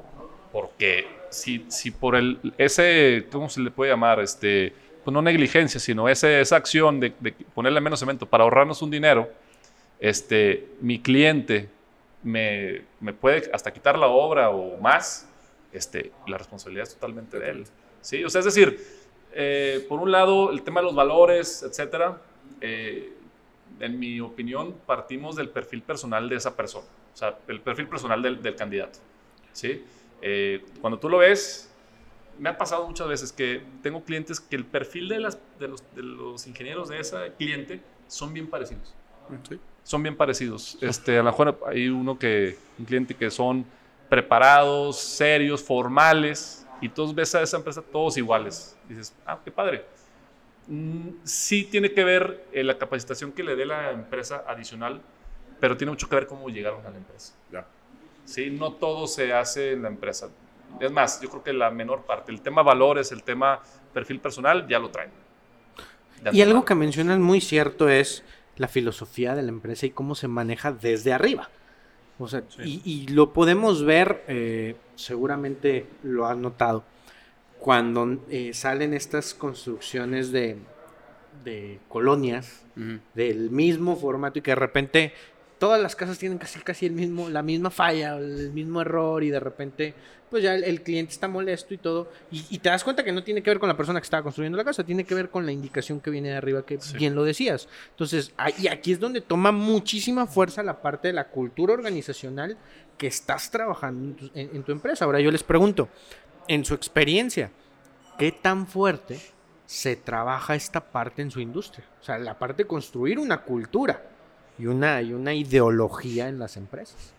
Porque si, si por el, ese, ¿cómo se le puede llamar? Este... pues no negligencia, sino ese, esa acción de, de ponerle menos cemento para ahorrarnos un dinero, este, mi cliente me, me puede hasta quitar la obra o más, este, la responsabilidad es totalmente de él. ¿Sí? O sea, es decir, eh, por un lado, el tema de los valores, etcétera, eh, en mi opinión, partimos del perfil personal de esa persona, o sea, el perfil personal del, del candidato. ¿Sí? Eh, cuando tú lo ves, me ha pasado muchas veces que tengo clientes que el perfil de, las, de, los, de los ingenieros de ese cliente son bien parecidos. Sí. Son bien parecidos. Este, a lo mejor hay uno que, un cliente que son preparados, serios, formales, y todos ves a esa empresa todos iguales. Y dices, ah, qué padre. Mm, sí tiene que ver eh, la capacitación que le dé la empresa adicional, pero tiene mucho que ver cómo llegaron a la empresa. Ya. Sí, no todo se hace en la empresa. Es más, yo creo que la menor parte, el tema valores, el tema perfil personal, ya lo traen. Ya y algo que mencionas muy cierto es la filosofía de la empresa y cómo se maneja desde arriba. O sea, sí. y, y lo podemos ver, eh, seguramente lo has notado, cuando eh, salen estas construcciones de, de colonias uh-huh. del mismo formato y que de repente todas las casas tienen casi, casi el mismo, la misma falla, el mismo error y de repente pues ya el, el cliente está molesto y todo y, y te das cuenta que no tiene que ver con la persona que estaba construyendo la casa, tiene que ver con la indicación que viene de arriba, que sí. bien lo decías. Entonces, y aquí es donde toma muchísima fuerza la parte de la cultura organizacional que estás trabajando en tu, en, en tu empresa. Ahora yo les pregunto, en su experiencia, ¿qué tan fuerte se trabaja esta parte en su industria? O sea, la parte de construir una cultura y una, y una ideología en las empresas.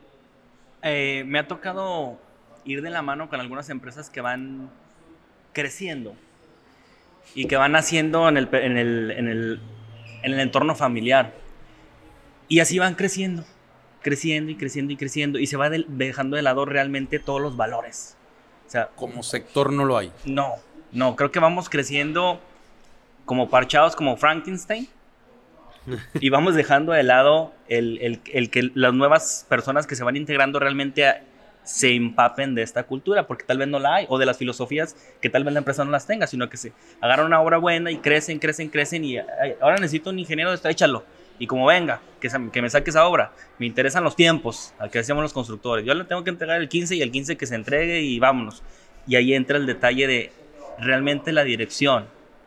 Eh, me ha tocado ir de la mano con algunas empresas que van creciendo y que van haciendo en el, en el, en el, en el entorno familiar. Y así van creciendo, creciendo y creciendo y creciendo y se va de, dejando de lado realmente todos los valores. O sea, como sector no lo hay. No, no, creo que vamos creciendo como parchados, como Frankenstein. Y vamos dejando de lado el, el, el que las nuevas personas que se van integrando realmente a, se empapen de esta cultura, porque tal vez no la hay, o de las filosofías que tal vez la empresa no las tenga, sino que se agarran una obra buena y crecen, crecen, crecen y ay, ahora necesito un ingeniero de esto, échalo. Y como venga, que, se, que me saque esa obra. Me interesan los tiempos, al que hacemos los constructores. Yo le tengo que entregar el quince y el quince que se entregue y vámonos. Y ahí entra el detalle de realmente la dirección,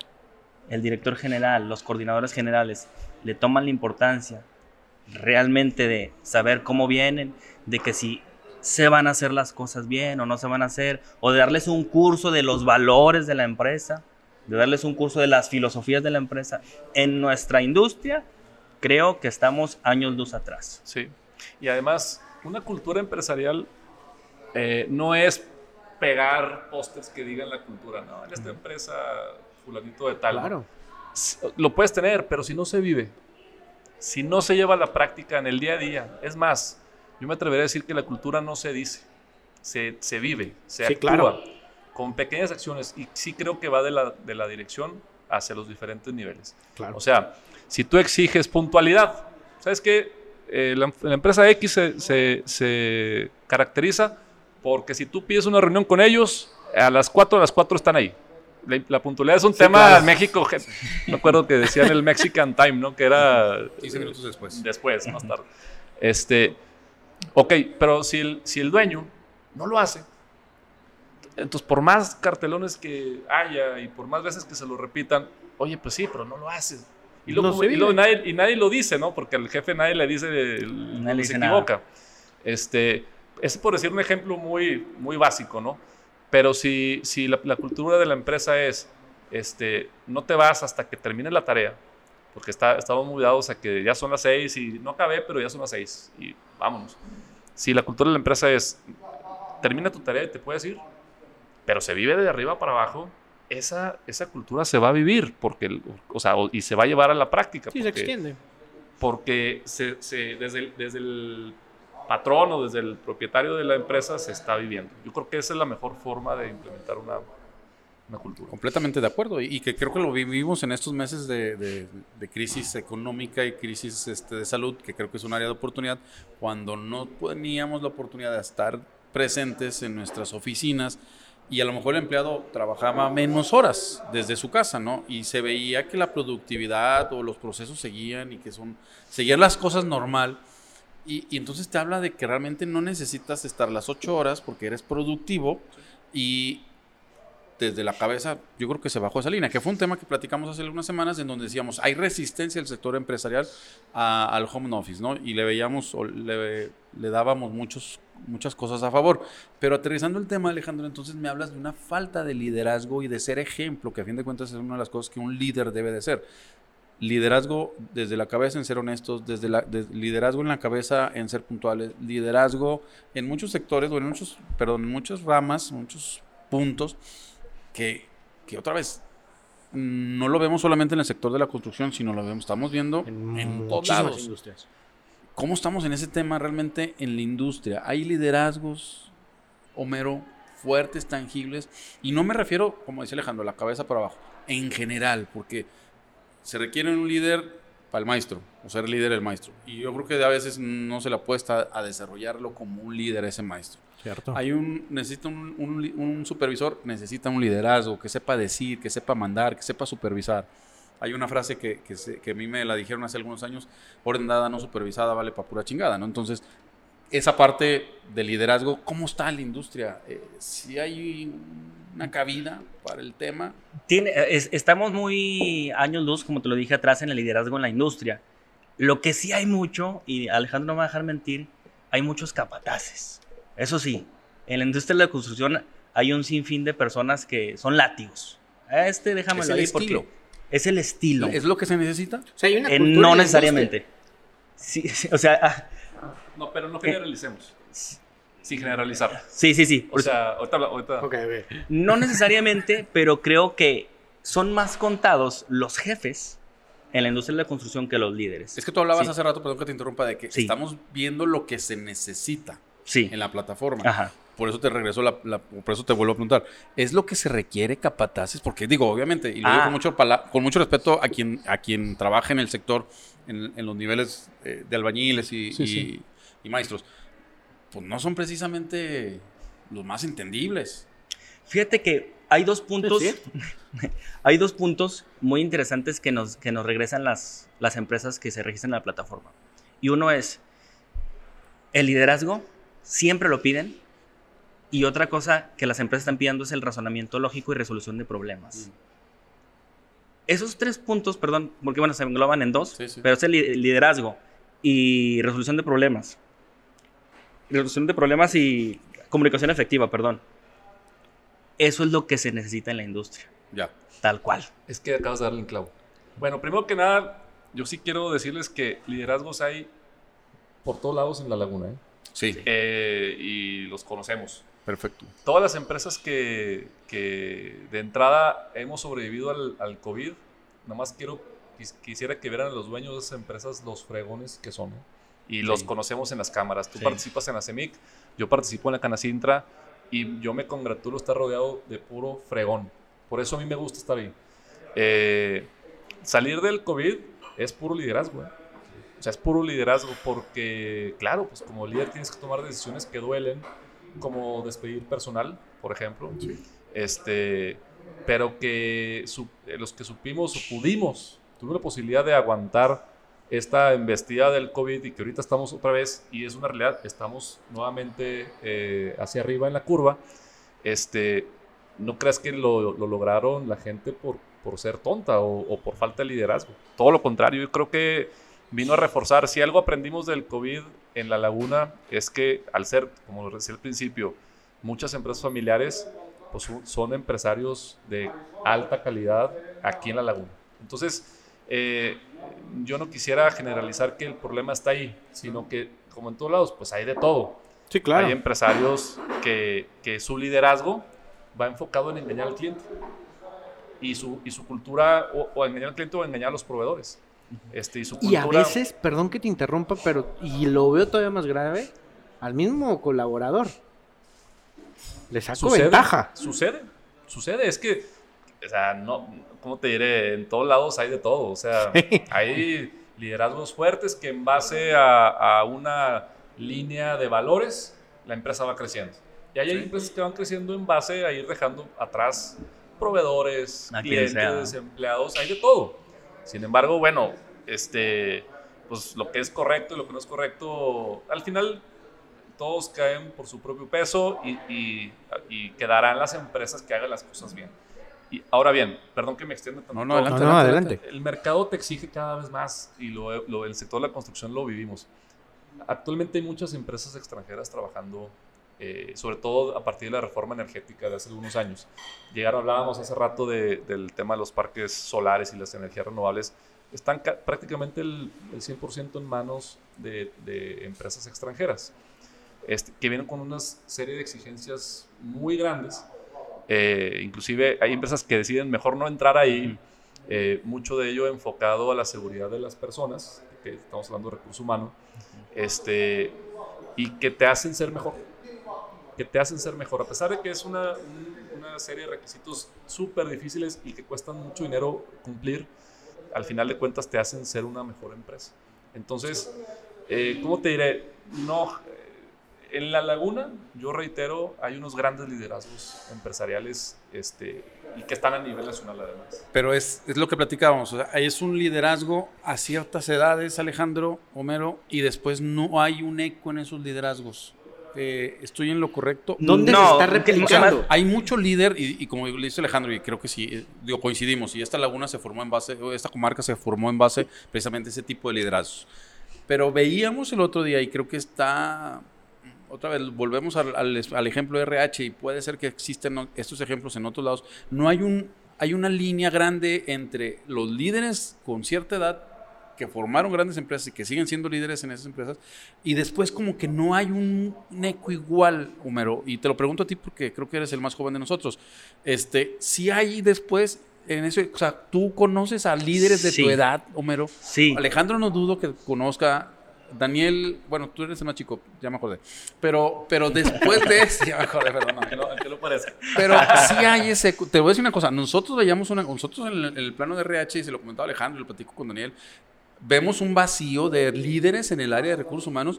el director general, los coordinadores generales, le toman la importancia realmente de saber cómo vienen, de que si se van a hacer las cosas bien o no se van a hacer, o de darles un curso de los valores de la empresa, de darles un curso de las filosofías de la empresa. En nuestra industria, creo que estamos años luz atrás. Sí, y además, una cultura empresarial eh, no es pegar pósters que digan la cultura, no, en esta empresa fulanito de tal. Claro. ¿No? Lo puedes tener, pero si no se vive, si no se lleva a la práctica en el día a día, es más, yo me atrevería a decir que la cultura no se dice, se, se vive, se sí, actúa claro. con pequeñas acciones y sí creo que va de la, de la dirección hacia los diferentes niveles. Claro. O sea, si tú exiges puntualidad, ¿sabes qué? Eh, la, la empresa X se, se, se caracteriza porque si tú pides una reunión con ellos, a las cuatro, a las cuatro están ahí. La, la puntualidad es un sí, tema claro. en México. Me acuerdo que decían el Mexican Time, ¿no? Que era quince minutos después. Después, más tarde. Este, ok, pero si el, si el dueño no lo hace, entonces por más cartelones que haya y por más veces que se lo repitan, oye, pues sí, pero no lo haces. Y luego, no y luego nadie, y nadie lo dice, ¿no? Porque al jefe nadie le dice, el, nadie se dice equivoca. Nada. Este, es por decir un ejemplo muy, muy básico, ¿no? Pero si, si la, la cultura de la empresa es, este, no te vas hasta que termine la tarea, porque está, estamos muy dados a que ya son las seis y no acabé, pero ya son las seis y vámonos. Si la cultura de la empresa es, termina tu tarea y te puedes ir, pero se vive de arriba para abajo, esa, esa cultura se va a vivir, porque, o sea, y se va a llevar a la práctica. Sí, porque, se extiende. Porque se, se, desde, el, desde el patrón o desde el propietario de la empresa se está viviendo. Yo creo que esa es la mejor forma de implementar una, una cultura. Completamente de acuerdo, y, y que creo que lo vivimos en estos meses de, de, de crisis económica y crisis este, de salud, que creo que es un área de oportunidad, cuando no teníamos la oportunidad de estar presentes en nuestras oficinas y a lo mejor el empleado trabajaba menos horas desde su casa, ¿no? Y se veía que la productividad o los procesos seguían y que son, seguían las cosas normal. Y, y entonces te habla de que realmente no necesitas estar las ocho horas porque eres productivo y desde la cabeza yo creo que se bajó esa línea, que fue un tema que platicamos hace algunas semanas en donde decíamos, hay resistencia del sector empresarial a, al home office, ¿no? Y le veíamos, o le, le dábamos muchos, muchas cosas a favor. Pero aterrizando el tema, Alejandro, entonces me hablas de una falta de liderazgo y de ser ejemplo, que a fin de cuentas es una de las cosas que un líder debe de ser. liderazgo desde la cabeza en ser honestos, desde la, de, liderazgo en la cabeza en ser puntuales, liderazgo en muchos sectores, o en muchos, perdón, en muchas ramas, muchos puntos, que, que otra vez no lo vemos solamente en el sector de la construcción, sino lo vemos, estamos viendo en, en todos lados. Industrias. ¿Cómo estamos en ese tema realmente en la industria? Hay liderazgos, Homero, fuertes, tangibles, y no me refiero, como decía Alejandro, a la cabeza para abajo, en general, porque se requiere un líder para el maestro, o ser líder el maestro, y yo creo que a veces no se le apuesta a desarrollarlo como un líder ese maestro. Cierto. Hay un, necesita un, un, un supervisor, necesita un liderazgo, que sepa decir, que sepa mandar, que sepa supervisar. Hay una frase que, que, se, que a mí me la dijeron hace algunos años: orden dada no supervisada vale para pura chingada, ¿no? Entonces, esa parte de liderazgo, ¿cómo está la industria? Eh, ¿Si hay una cabida para el tema? Tiene, es, estamos muy años luz, como te lo dije atrás, en el liderazgo en la industria. Lo que sí hay mucho, y Alejandro no me va a dejar mentir, hay muchos capataces. Eso sí, en la industria de la construcción hay un sinfín de personas que son látigos. Este déjamelo ahí porque es el estilo. ¿Es lo que se necesita? O sea, hay una eh, cultura no en la necesariamente. Sí, sí, o sea, ah, No, pero no generalicemos. Eh, Sin generalizar. Sí, sí, sí. O sea, ahorita... ahorita. Okay, okay. No necesariamente, pero creo que son más contados los jefes en la industria de la construcción que los líderes. Es que tú hablabas sí. hace rato, perdón que te interrumpa, de que sí. estamos viendo lo que se necesita sí. en la plataforma. Ajá. Por eso te regreso, la, la, por eso te vuelvo a preguntar. ¿Es lo que se requiere capataces? Porque digo, obviamente, y lo ah. digo con mucho, pala- con mucho respeto a quien, a quien trabaja en el sector, en, en los niveles eh, de albañiles y, sí, y, sí. y maestros, pues no son precisamente los más entendibles. Fíjate que hay dos puntos, ¿Sí? hay dos puntos muy interesantes que nos, que nos regresan las, las empresas que se registran en la plataforma. Y uno es, el liderazgo siempre lo piden. Y otra cosa que las empresas están pidiendo es el razonamiento lógico y resolución de problemas. Mm. Esos tres puntos, perdón, porque bueno, se engloban en dos, sí, sí. pero es el liderazgo y resolución de problemas. Resolución de problemas y comunicación efectiva, perdón. Eso es lo que se necesita en la industria. Ya. Tal cual. Es que acabas de darle el clavo. Bueno, primero que nada, yo sí quiero decirles que liderazgos hay por todos lados en la laguna, ¿eh? Sí. Eh, y los conocemos. Perfecto. Todas las empresas que, que de entrada hemos sobrevivido al, al COVID, nada más quiero, quis, quisiera que vieran a los dueños de esas empresas los fregones que son, ¿eh? Y sí. los conocemos en las cámaras. Tú sí. participas en la CEMIC, yo participo en la Canacintra y yo me congratulo estar rodeado de puro fregón. Por eso a mí me gusta estar ahí. Eh, salir del COVID es puro liderazgo, ¿eh? O sea, es puro liderazgo porque, claro, pues como líder tienes que tomar decisiones que duelen, como despedir personal, por ejemplo, sí. este, pero que su, los que supimos o pudimos, tuvimos la posibilidad de aguantar esta embestida del COVID y que ahorita estamos otra vez, y es una realidad, estamos nuevamente eh, hacia arriba en la curva, este, no creas que lo, lo lograron la gente por, por ser tonta o, o por falta de liderazgo, todo lo contrario, yo creo que vino a reforzar. Si algo aprendimos del COVID en la laguna es que al ser, como lo decía al principio, muchas empresas familiares pues, son empresarios de alta calidad aquí en la laguna. Entonces, eh, yo no quisiera generalizar que el problema está ahí, sino que, como en todos lados, pues hay de todo. Sí, claro. Hay empresarios que, que su liderazgo va enfocado en engañar al cliente y su, y su cultura, o, o engañar al cliente o engañar a los proveedores. Este, y, su cultura... y a veces, perdón que te interrumpa, pero y lo veo todavía más grave, al mismo colaborador le saco sucede, ventaja. Sucede, sucede, es que, o sea, no, ¿cómo te diré? En todos lados hay de todo, o sea, sí. hay liderazgos fuertes que en base a, a una línea de valores, la empresa va creciendo. Y hay, sí. hay empresas que van creciendo en base a ir dejando atrás proveedores, a clientes, empleados, hay de todo. Sin embargo, bueno, este, pues lo que es correcto y lo que no es correcto, al final todos caen por su propio peso y, y, y quedarán las empresas que hagan las cosas bien. Y ahora bien, perdón que me extienda tanto. No, no, adelante, no, no, adelante, adelante. El mercado te exige cada vez más y lo, lo, el sector de la construcción lo vivimos. Actualmente hay muchas empresas extranjeras trabajando, eh, sobre todo a partir de la reforma energética de hace algunos años. Llegaron, hablábamos hace rato de, del tema de los parques solares y las energías renovables. están ca- prácticamente el, el cien por ciento en manos de, de empresas extranjeras, este, que vienen con una serie de exigencias muy grandes. Eh, inclusive hay empresas que deciden mejor no entrar ahí, eh, mucho de ello enfocado a la seguridad de las personas, que estamos hablando de recurso humano, este, y que te hacen ser mejor, que te hacen ser mejor, a pesar de que es una, una serie de requisitos súper difíciles y que cuestan mucho dinero cumplir, al final de cuentas te hacen ser una mejor empresa. Entonces, eh, ¿cómo te diré? No, en La Laguna, yo reitero, hay unos grandes liderazgos empresariales este, y que están a nivel nacional además. Pero es, es lo que platicábamos, o sea, es un liderazgo a ciertas edades, Alejandro, Homero, y después no hay un eco en esos liderazgos. Eh, ¿Estoy en lo correcto? ¿Dónde No, se está que- replicando? O sea, hay mucho líder y, y como le dice Alejandro, y creo que sí, eh, digo, coincidimos, y esta laguna se formó en base, o esta comarca se formó en base precisamente a ese tipo de liderazgos. Pero veíamos el otro día y creo que está, otra vez, volvemos al, al, al ejemplo de R H y puede ser que existen estos ejemplos en otros lados. No hay un, hay una línea grande entre los líderes con cierta edad que formaron grandes empresas y que siguen siendo líderes en esas empresas, y después como que no hay un, un eco igual, Homero, y te lo pregunto a ti porque creo que eres el más joven de nosotros. Este, si hay después en eso, o sea, ¿tú conoces a líderes de Sí. tu edad, Homero? Sí. Alejandro no dudo que conozca. Daniel, bueno, tú eres el más chico, ya me acordé. Pero, pero después de eso, ya me acordé, perdón. Aunque no, aunque no parezca. Pero sí hay ese. Te voy a decir una cosa. Nosotros veíamos una. Nosotros en el, en el plano de R H, y se lo comentaba Alejandro, y lo platico con Daniel. Vemos un vacío de líderes en el área de recursos humanos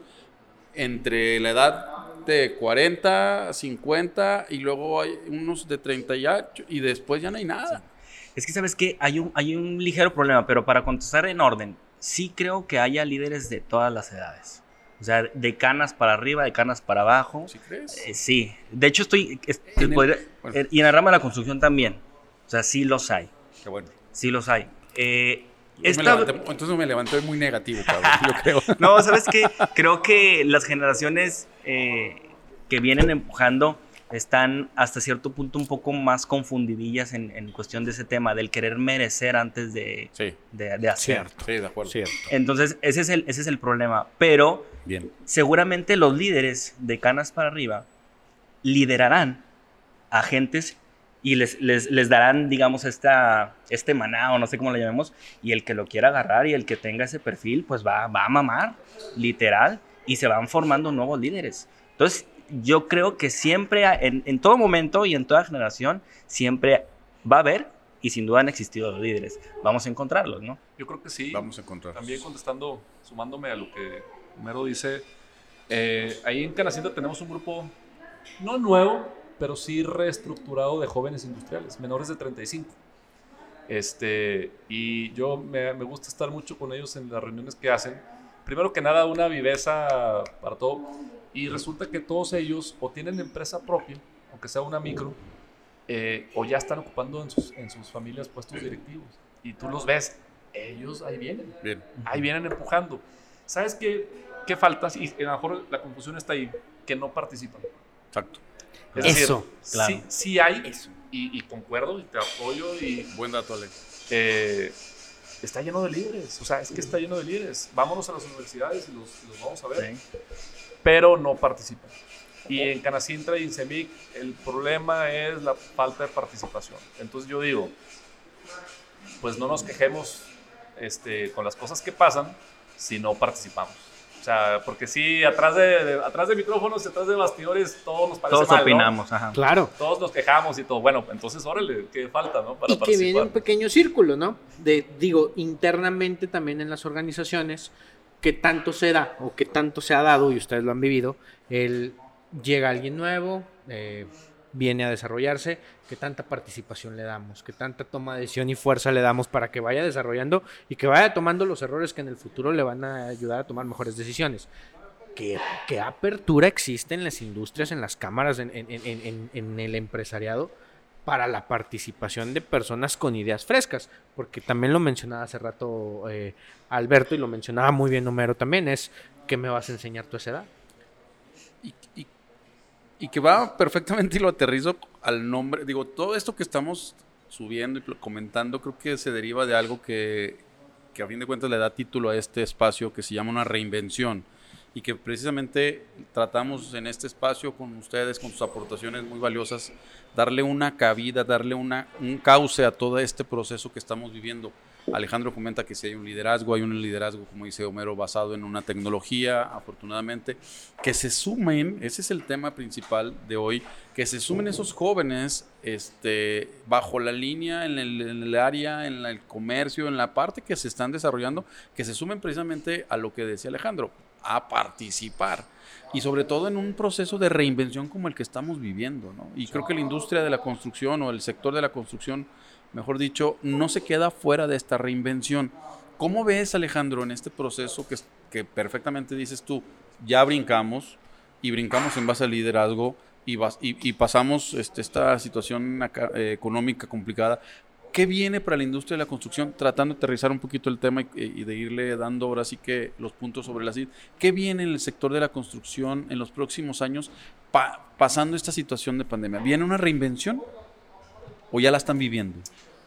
entre la edad de cuarenta, cincuenta, y luego hay unos de treinta y ocho, y después ya no hay nada. Es que, ¿sabes qué? Hay un, hay un ligero problema, pero para contestar en orden, sí creo que haya líderes de todas las edades. O sea, de canas para arriba, de canas para abajo. ¿Sí crees? Eh, sí. De hecho, estoy... es- En el- podría- bueno. eh, y en la rama de la construcción también. O sea, sí los hay. Qué bueno. Sí los hay. Eh, Yo me esta- levanté- entonces me levanté muy negativo, cabrón, yo creo. No, ¿sabes qué? Creo que las generaciones eh, que vienen empujando están hasta cierto punto un poco más confundidillas en, en cuestión de ese tema, del querer merecer antes de, Sí, de, de hacer. Cierto. sí, de acuerdo. Cierto. Entonces, ese es, el, ese es el problema. Pero Bien. seguramente los líderes de canas para arriba liderarán a gentes y les, les, les darán, digamos, esta, este maná, o no sé cómo lo llamemos, y el que lo quiera agarrar y el que tenga ese perfil, pues va, va a mamar, literal, y se van formando nuevos líderes. Entonces, yo creo que siempre, en, en todo momento y en toda generación, siempre va a haber, y sin duda han existido los líderes. Vamos a encontrarlos, ¿no? Yo creo que sí. Vamos a encontrar. También contestando, sumándome a lo que Homero dice, eh, ahí en Canacintra tenemos un grupo, no nuevo, pero sí reestructurado de jóvenes industriales, menores de treinta y cinco. Este, y yo me, me gusta estar mucho con ellos en las reuniones que hacen. Primero que nada, una viveza para todo. Y resulta que todos ellos o tienen empresa propia, aunque sea una micro, eh, o ya están ocupando en sus, en sus familias puestos directivos. Y tú los ves, ellos ahí vienen. Bien. Ahí vienen empujando. ¿Sabes qué, qué falta? Y a lo mejor la confusión está ahí, que no participan. Exacto. Es Eso, decir, claro. sí, sí hay, y, y concuerdo, y te apoyo, y Buen dato, Alex. eh, está lleno de líderes. O sea, es que está lleno de líderes. Vámonos a las universidades y los, los vamos a ver. Sí. Pero no participan. Y en Canacintra y en CEMIC el problema es la falta de participación. Entonces yo digo, pues no nos quejemos este, con las cosas que pasan si no participamos. O sea, porque sí, atrás de, de- atrás de micrófonos, atrás de bastidores, todos nos parece Todos mal, ¿no? opinamos, ajá. Claro. Todos nos quejamos y todo. Bueno, entonces órale, ¿qué falta, no? Para Y que viene un participar. pequeño círculo, ¿no? De, digo, internamente también en las organizaciones, que tanto se da o que tanto se ha dado, y ustedes lo han vivido, el llega alguien nuevo, eh, viene a desarrollarse, que tanta participación le damos, que tanta toma de decisión y fuerza le damos para que vaya desarrollando y que vaya tomando los errores que en el futuro le van a ayudar a tomar mejores decisiones. ¿Qué, qué apertura existe en las industrias, en las cámaras, en, en- en- en- en el empresariado para la participación de personas con ideas frescas? Porque también lo mencionaba hace rato eh, Alberto, y lo mencionaba muy bien Homero también, es ¿qué me vas a enseñar tú a esa edad? Y, y- y que va perfectamente, y lo aterrizo al nombre. Digo, todo esto que estamos subiendo y pl- comentando creo que se deriva de algo que, que a fin de cuentas le da título a este espacio que se llama una reinvención y que precisamente tratamos en este espacio con ustedes, con sus aportaciones muy valiosas, darle una cabida, darle una, un cauce a todo este proceso que estamos viviendo. Alejandro comenta que si hay un liderazgo, hay un liderazgo, como dice Homero, basado en una tecnología, afortunadamente, que se sumen, ese es el tema principal de hoy, que se sumen esos jóvenes este, bajo la línea, en el, en el área, en la, el comercio, en la parte que se están desarrollando, que se sumen precisamente a lo que decía Alejandro, a participar y sobre todo en un proceso de reinvención como el que estamos viviendo, ¿no? Y creo que la industria de la construcción o el sector de la construcción, mejor dicho, no se queda fuera de esta reinvención. ¿Cómo ves, Alejandro, en este proceso que, que perfectamente dices tú, ya brincamos y brincamos en base al liderazgo y, vas, y, y pasamos este, esta situación acá, eh, económica complicada? ¿Qué viene para la industria de la construcción? Tratando de aterrizar un poquito el tema y, y de irle dando ahora sí que los puntos sobre las i. ¿Qué viene en el sector de la construcción en los próximos años pa, pasando esta situación de pandemia? ¿Viene una reinvención o ya la están viviendo?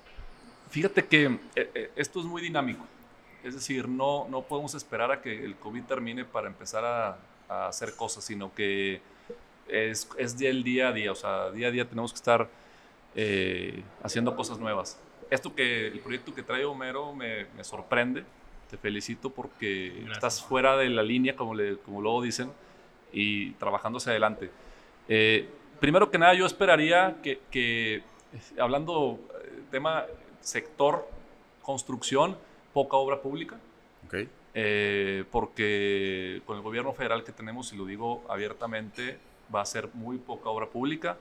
Fíjate que eh, esto es muy dinámico. Es decir, no, no podemos esperar a que el COVID termine para empezar a, a hacer cosas, sino que es, es del día a día. O sea, día a día tenemos que estar Eh, haciendo cosas nuevas. Esto que el proyecto que trae Homero me, me sorprende. Te felicito porque Gracias. Estás fuera de la línea, como, le, como luego dicen, y trabajando hacia adelante. Eh, primero que nada, yo esperaría que, que hablando tema sector construcción, poca obra pública. Okay. Eh, porque con el gobierno federal que tenemos, y lo digo abiertamente, va a ser muy poca obra pública.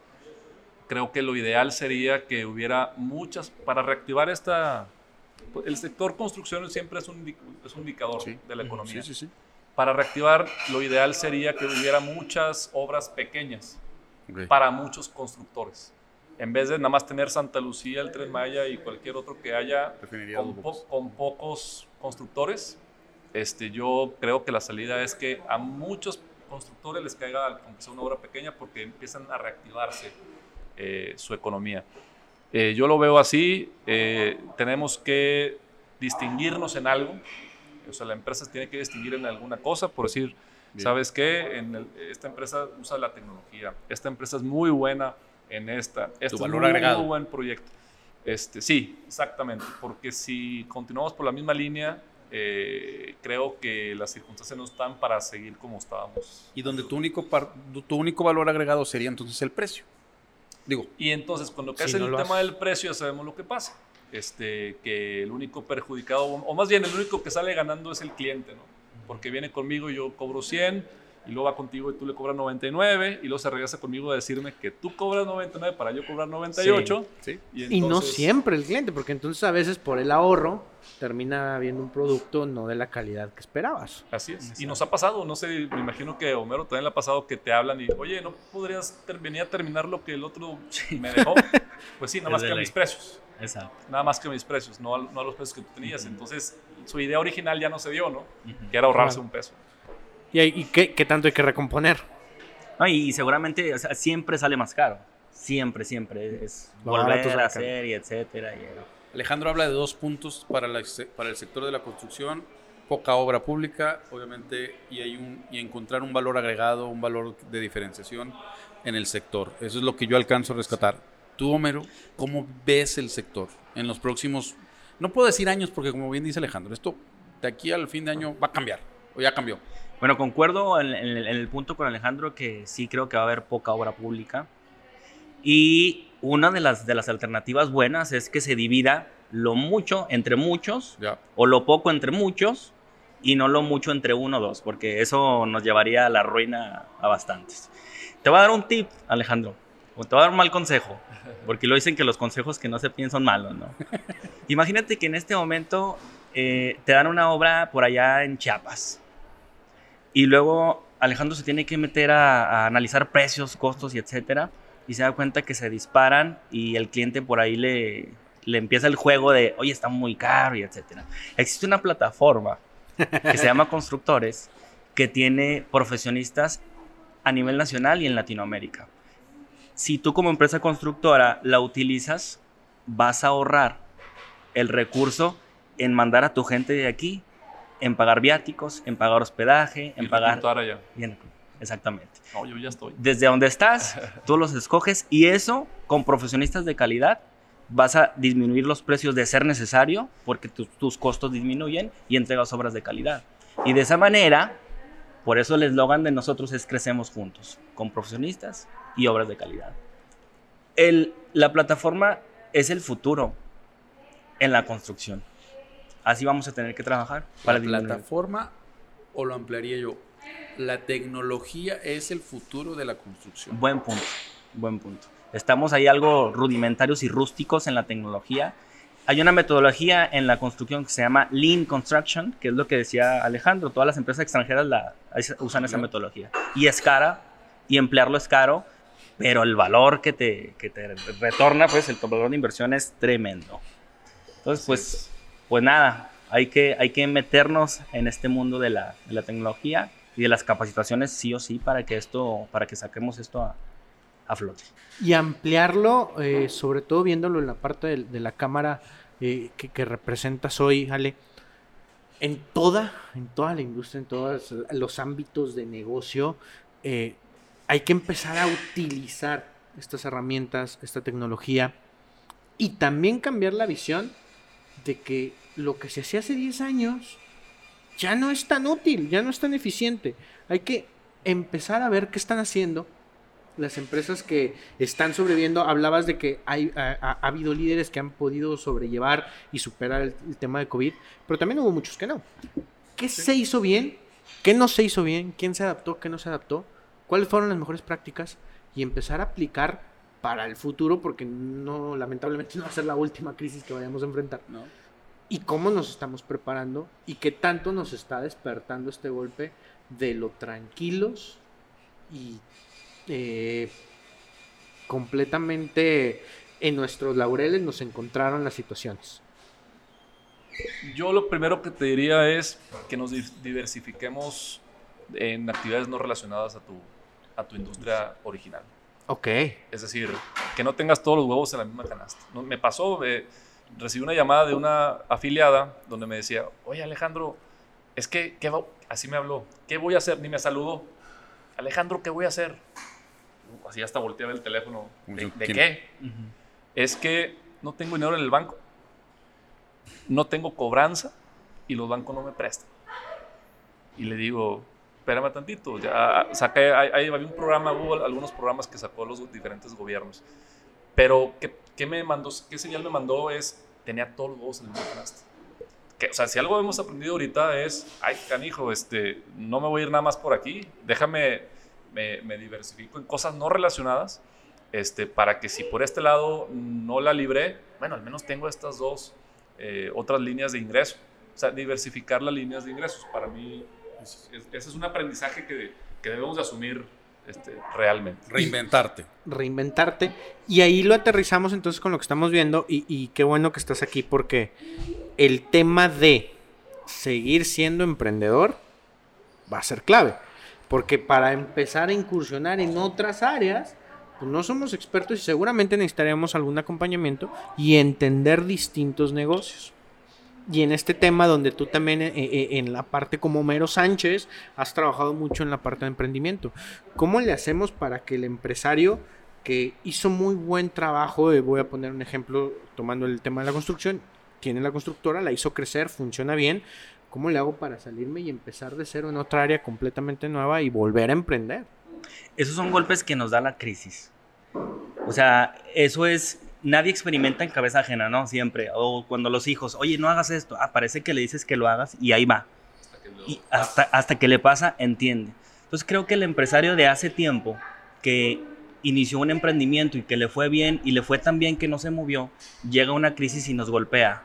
Creo que lo ideal sería que hubiera muchas, para reactivar esta, el sector construcción siempre es un, es un indicador sí. de la economía. Sí, sí, sí. Para reactivar, lo ideal sería que hubiera muchas obras pequeñas okay. para muchos constructores. En vez de nada más tener Santa Lucía, el Tren Maya y cualquier otro que haya con, po con pocos constructores, este, yo creo que la salida es que a muchos constructores les caiga aunque sea una obra pequeña porque empiezan a reactivarse Eh, su economía. Eh, yo lo veo así, eh, tenemos que distinguirnos en algo, o sea, la empresa tiene que distinguir en alguna cosa, por decir, Bien. ¿sabes qué? En el, esta empresa usa la tecnología, esta empresa es muy buena en esta, esto tu es valor muy, agregado. muy buen proyecto. Este, sí, exactamente, porque si continuamos por la misma línea, eh, creo que las circunstancias no están para seguir como estábamos. Y donde tu único, par, tu único valor agregado sería entonces el precio. Digo. Y entonces, cuando cae sí, el no tema haces. del precio, ya sabemos lo que pasa. Este, que el único perjudicado, o más bien el único que sale ganando es el cliente, ¿no? Porque viene conmigo y yo cobro cien, y luego va contigo y tú le cobras noventa y nueve, y luego se regresa conmigo a decirme que tú cobras noventa y nueve para yo cobrar noventa y ocho. Sí, sí. Y, entonces, y no siempre el cliente, porque entonces a veces por el ahorro termina viendo un producto no de la calidad que esperabas. Así es. Exacto. Y nos ha pasado, no sé, me imagino que a Homero también le ha pasado que te hablan y, oye, ¿no podrías venir a terminar lo que el otro sí. me dejó? Pues sí, nada más que a mis precios. Exacto. Nada más que a mis precios, no a, no a los precios que tú tenías. Uh-huh. Entonces, su idea original ya no se dio, ¿no? Uh-huh. Que era ahorrarse claro. un peso. ¿Y, y qué, qué tanto hay que recomponer? No, y seguramente o sea, siempre sale más caro. Siempre, siempre. Es volver a hacer y etcétera. Y, Alejandro habla de dos puntos para, la, para el sector de la construcción: poca obra pública, obviamente, y, hay un, y encontrar un valor agregado, un valor de diferenciación en el sector. Eso es lo que yo alcanzo a rescatar. Tú, Homero, ¿cómo ves el sector en los próximos, no puedo decir años, porque como bien dice Alejandro, esto de aquí al fin de año va a cambiar, o ya cambió? Bueno, concuerdo en, en, en el punto con Alejandro que sí creo que va a haber poca obra pública. Y una de las, de las alternativas buenas es que se divida lo mucho entre muchos yeah. o lo poco entre muchos y no lo mucho entre uno o dos, porque eso nos llevaría a la ruina a bastantes. Te voy a dar un tip, Alejandro, o te voy a dar un mal consejo, porque lo dicen que los consejos que no se piden son malos, ¿no? Imagínate que en este momento eh, te dan una obra por allá en Chiapas y luego Alejandro se tiene que meter a, a analizar precios, costos y etcétera, y se da cuenta que se disparan y el cliente por ahí le, le empieza el juego de, oye, está muy caro y etcétera. Existe una plataforma que se llama Constructores que tiene profesionistas a nivel nacional y en Latinoamérica. Si tú como empresa constructora la utilizas, vas a ahorrar el recurso en mandar a tu gente de aquí, en pagar viáticos, en pagar hospedaje, en Y pagar... reclutar allá. Bien, exactamente. No, yo ya estoy. Desde donde estás, tú los escoges y eso, con profesionistas de calidad, vas a disminuir los precios de ser necesario porque tu- tus costos disminuyen y entregas obras de calidad. Y de esa manera, por eso el eslogan de nosotros es crecemos juntos, con profesionistas y obras de calidad. El, la plataforma es el futuro en la construcción. Así vamos a tener que trabajar para La disminuir. plataforma, o lo ampliaría yo, la tecnología es el futuro de la construcción. Buen punto, buen punto. Estamos ahí algo rudimentarios y rústicos en la tecnología. Hay una metodología en la construcción que se llama Lean Construction, que es lo que decía Alejandro. Todas las empresas extranjeras la, usan esa metodología. Y es cara, y emplearlo es caro, pero el valor que te, que te retorna, pues el valor de inversión es tremendo. Entonces, pues, pues nada, hay que, hay que meternos en este mundo de la, de la tecnología y de las capacitaciones sí o sí para que esto, para que saquemos esto a, a flote. Y ampliarlo, eh, sobre todo viéndolo en la parte de, de la cámara eh, que, que representas hoy, Ale, en toda, en toda la industria, en todos los ámbitos de negocio, eh, hay que empezar a utilizar estas herramientas, esta tecnología, y también cambiar la visión de que lo que se hacía hace diez años ya no es tan útil, ya no es tan eficiente. Hay que empezar a ver qué están haciendo las empresas que están sobreviviendo. Hablabas de que hay, ha, ha, ha habido líderes que han podido sobrellevar y superar el, el tema de COVID, pero también hubo muchos que no. ¿Qué sí. se hizo bien? ¿Qué no se hizo bien? ¿Quién se adaptó? ¿Qué no se adaptó? ¿Cuáles fueron las mejores prácticas? Y empezar a aplicar para el futuro, porque no, lamentablemente no va a ser la última crisis que vayamos a enfrentar. ¿No? Y cómo nos estamos preparando y qué tanto nos está despertando este golpe de lo tranquilos y eh, completamente en nuestros laureles nos encontraron las situaciones. Yo lo primero que te diría es que nos diversifiquemos en actividades no relacionadas a tu, a tu industria original. Ok. Es decir, que no tengas todos los huevos en la misma canasta. No, me pasó, eh, recibí una llamada de una afiliada donde me decía, oye Alejandro, es que, ¿qué va? Así me habló, ¿qué voy a hacer? Ni me saludó. Alejandro, ¿qué voy a hacer? Así hasta volteaba el teléfono. ¿De, de qué? Uh-huh. Es que no tengo dinero en el banco, no tengo cobranza y los bancos no me prestan. Y le digo, espérame tantito, ya saqué, ahí, ahí había un programa, hubo algunos programas que sacó los diferentes gobiernos, pero ¿qué, qué me mandó, qué señal me mandó? Es, tenía todos los huevos en el mismo canasto. Que, o sea, si algo hemos aprendido ahorita es, ay, canijo, este, no me voy a ir nada más por aquí, déjame, me, me diversifico en cosas no relacionadas, este, para que si por este lado no la libré, bueno, al menos tengo estas dos eh, otras líneas de ingreso. O sea, diversificar las líneas de ingresos, para mí, es, es, ese es un aprendizaje que, que debemos de asumir este, realmente. Reinventarte. Reinventarte. Y ahí lo aterrizamos entonces con lo que estamos viendo, y, y qué bueno que estás aquí, porque el tema de seguir siendo emprendedor va a ser clave, porque para empezar a incursionar en otras áreas, pues no somos expertos y seguramente necesitaríamos algún acompañamiento y entender distintos negocios. Y en este tema donde tú también eh, eh, en la parte como Homero Sánchez has trabajado mucho en la parte de emprendimiento, ¿cómo le hacemos para que el empresario que hizo muy buen trabajo, eh, voy a poner un ejemplo tomando el tema de la construcción, tiene la constructora, la hizo crecer, funciona bien, ¿cómo le hago para salirme y empezar de cero en otra área completamente nueva y volver a emprender? Esos son golpes que nos da la crisis. O sea, eso es... Nadie experimenta en cabeza ajena, ¿no? Siempre. O cuando los hijos, oye, no hagas esto. Ah, parece que le dices que lo hagas y ahí va. Hasta que, y hasta, hasta que le pasa, entiende. Entonces creo que el empresario de hace tiempo que inició un emprendimiento y que le fue bien y le fue tan bien que no se movió, llega una crisis y nos golpea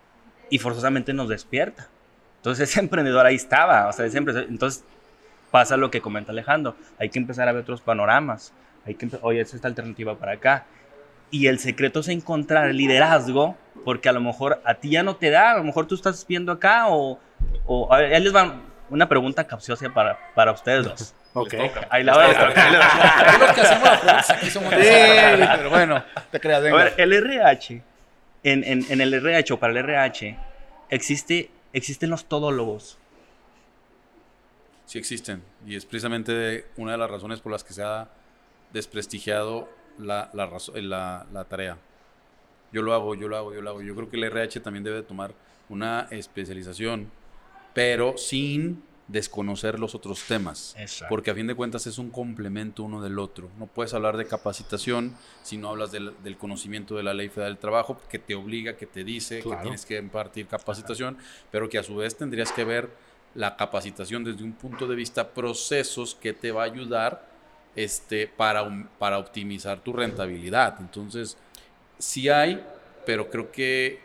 y forzosamente nos despierta. Entonces ese emprendedor ahí estaba. O sea, ese empresario, entonces pasa lo que comenta Alejandro. Hay que empezar a ver otros panoramas. Hay que, oye, esta es esta alternativa para acá. Y el secreto es encontrar el liderazgo, porque a lo mejor a ti ya no te da, a lo mejor tú estás viendo acá o... o a ver, ahí les va una pregunta capciosa para, para ustedes dos. Ok. Ahí la va. Aquí lo que hacemos la pregunta, aquí somos nosotros, pero bueno, te creas, venga. A ver, el R H, en, en, en el R H o para el R H, existe, existen los todólogos. Sí existen, y es precisamente una de las razones por las que se ha desprestigiado la, la, la, la tarea. Yo lo hago, yo lo hago, yo lo hago. Yo creo que el R H también debe tomar una especialización, pero sin desconocer los otros temas. Exacto. Porque a fin de cuentas es un complemento uno del otro. No puedes hablar de capacitación si no hablas del, del conocimiento de la Ley Federal del Trabajo, que te obliga, que te dice Claro. que tienes que impartir capacitación, pero que a su vez tendrías que ver la capacitación desde un punto de vista procesos que te va a ayudar este, para, para optimizar tu rentabilidad. Entonces, sí hay, pero creo que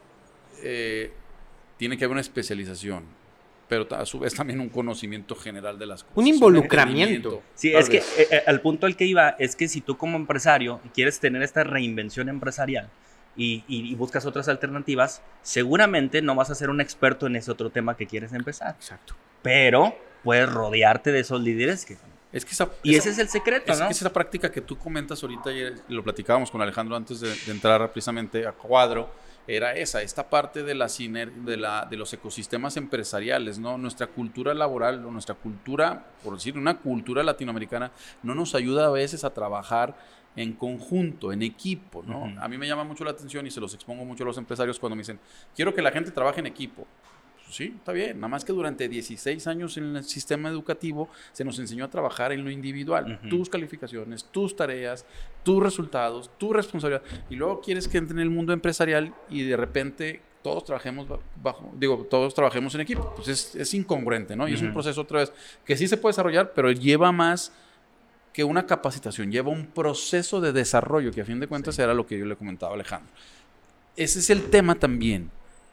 eh, tiene que haber una especialización, pero a su vez también un conocimiento general de las cosas. Un involucramiento. Sí, Tal es que vez. eh, al punto al que iba es que si tú como empresario quieres tener esta reinvención empresarial y, y, y buscas otras alternativas, seguramente no vas a ser un experto en ese otro tema que quieres empezar. Exacto. Pero puedes rodearte de esos líderes que... Es que esa, Y esa- ese es el secreto, es ¿no? que esa práctica que tú comentas ahorita, y lo platicábamos con Alejandro antes de, de entrar precisamente a cuadro, era esa, esta parte de, la siner, de, la, de los ecosistemas empresariales, ¿no? Nuestra cultura laboral, o nuestra cultura, por decir, una cultura latinoamericana, no nos ayuda a veces a trabajar en conjunto, en equipo, ¿no? Ujú. A mí me llama mucho la atención y se los expongo mucho a los empresarios cuando me dicen, quiero que la gente trabaje en equipo. Sí, está bien, nada más que durante dieciséis años en el sistema educativo se nos enseñó a trabajar en lo individual, Ujú. tus calificaciones, tus tareas, tus resultados, tu responsabilidad, y luego quieres que entre en el mundo empresarial y de repente todos trabajemos bajo, digo, todos trabajemos en equipo, pues es, es incongruente, ¿no? Y es un Ujú. proceso otra vez que sí se puede desarrollar, pero lleva más que una capacitación, lleva un proceso de desarrollo que a fin de cuentas era lo que yo le comentaba a Alejandro. Ese es el tema también.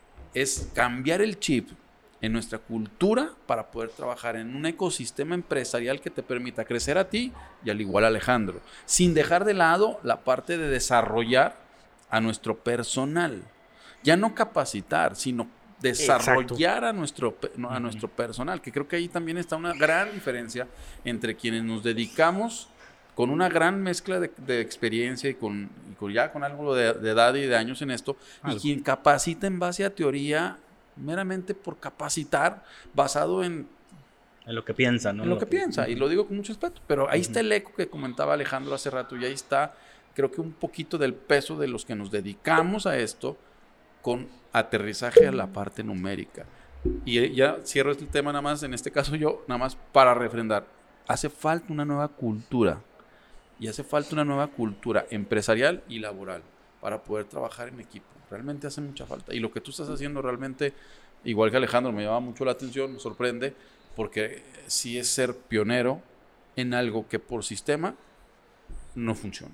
Es cambiar el chip en nuestra cultura para poder trabajar en un ecosistema empresarial que te permita crecer a ti y al igual a Alejandro, sin dejar de lado la parte de desarrollar a nuestro personal. Ya no capacitar, sino desarrollar a nuestro, pe- no, a Ujú. nuestro personal, que creo que ahí también está una gran diferencia entre quienes nos dedicamos con una gran mezcla de, de experiencia y con, y con ya con algo de, de edad y de años en esto, y Algo. quien capacita en base a teoría meramente por capacitar, basado en, En lo que piensan, ¿no? en lo que piensa, y lo digo con mucho respeto, pero ahí está el eco que comentaba Alejandro hace rato, y ahí está, creo que un poquito del peso de los que nos dedicamos a esto, con aterrizaje a la parte numérica. Y ya cierro este tema nada más, en este caso yo, nada más para refrendar, hace falta una nueva cultura, y hace falta una nueva cultura empresarial y laboral para poder trabajar en equipo. Realmente hace mucha falta. Y lo que tú estás haciendo realmente, igual que Alejandro, me llama mucho la atención, me sorprende, porque sí es ser pionero en algo que por sistema no funciona.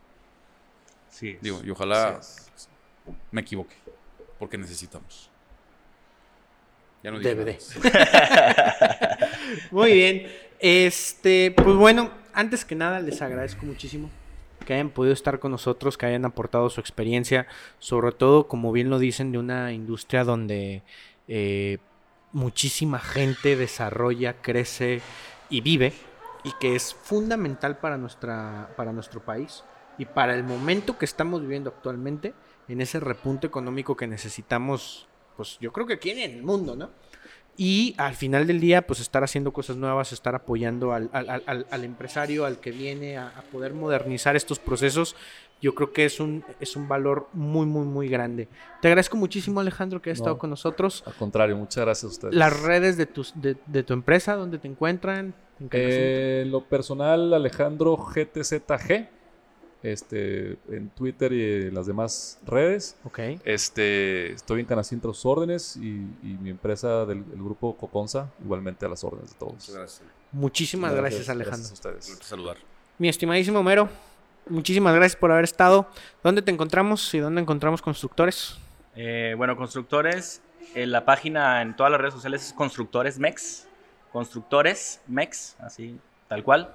Sí. Digo, y ojalá Sí me equivoque, porque necesitamos. Ya no dije D V D. nada más. Muy bien. Este, pues bueno, antes que nada les agradezco muchísimo que hayan podido estar con nosotros, que hayan aportado su experiencia, sobre todo, como bien lo dicen, de una industria donde eh, muchísima gente desarrolla, crece y vive, y que es fundamental para, nuestra, para nuestro país y para el momento que estamos viviendo actualmente, en ese repunte económico que necesitamos, pues yo creo que aquí en el mundo, ¿no? Y al final del día, pues estar haciendo cosas nuevas, estar apoyando al, al, al, al empresario, al que viene a, a poder modernizar estos procesos, yo creo que es un, es un valor muy, muy, muy grande. Te agradezco muchísimo, Alejandro, que hayas No. estado con nosotros. Al contrario, muchas gracias a ustedes. Las redes de, tus, de, de tu empresa, ¿dónde te encuentran? ¿En qué recinto? Eh, en lo personal, Alejandro G T Z G, este, en Twitter y en las demás redes. Ok. Este, estoy en Canacín a sus órdenes y, y mi empresa del el grupo Coconza, igualmente a las órdenes de todos. Muchas gracias. Muchísimas gracias, Alejandro. Gracias a ustedes. Gusto saludar. Mi estimadísimo Homero, muchísimas gracias por haber estado. ¿Dónde te encontramos y dónde encontramos constructores? Eh, bueno, constructores, en la página en todas las redes sociales es Constructores Mex. Constructores Mex, así, tal cual.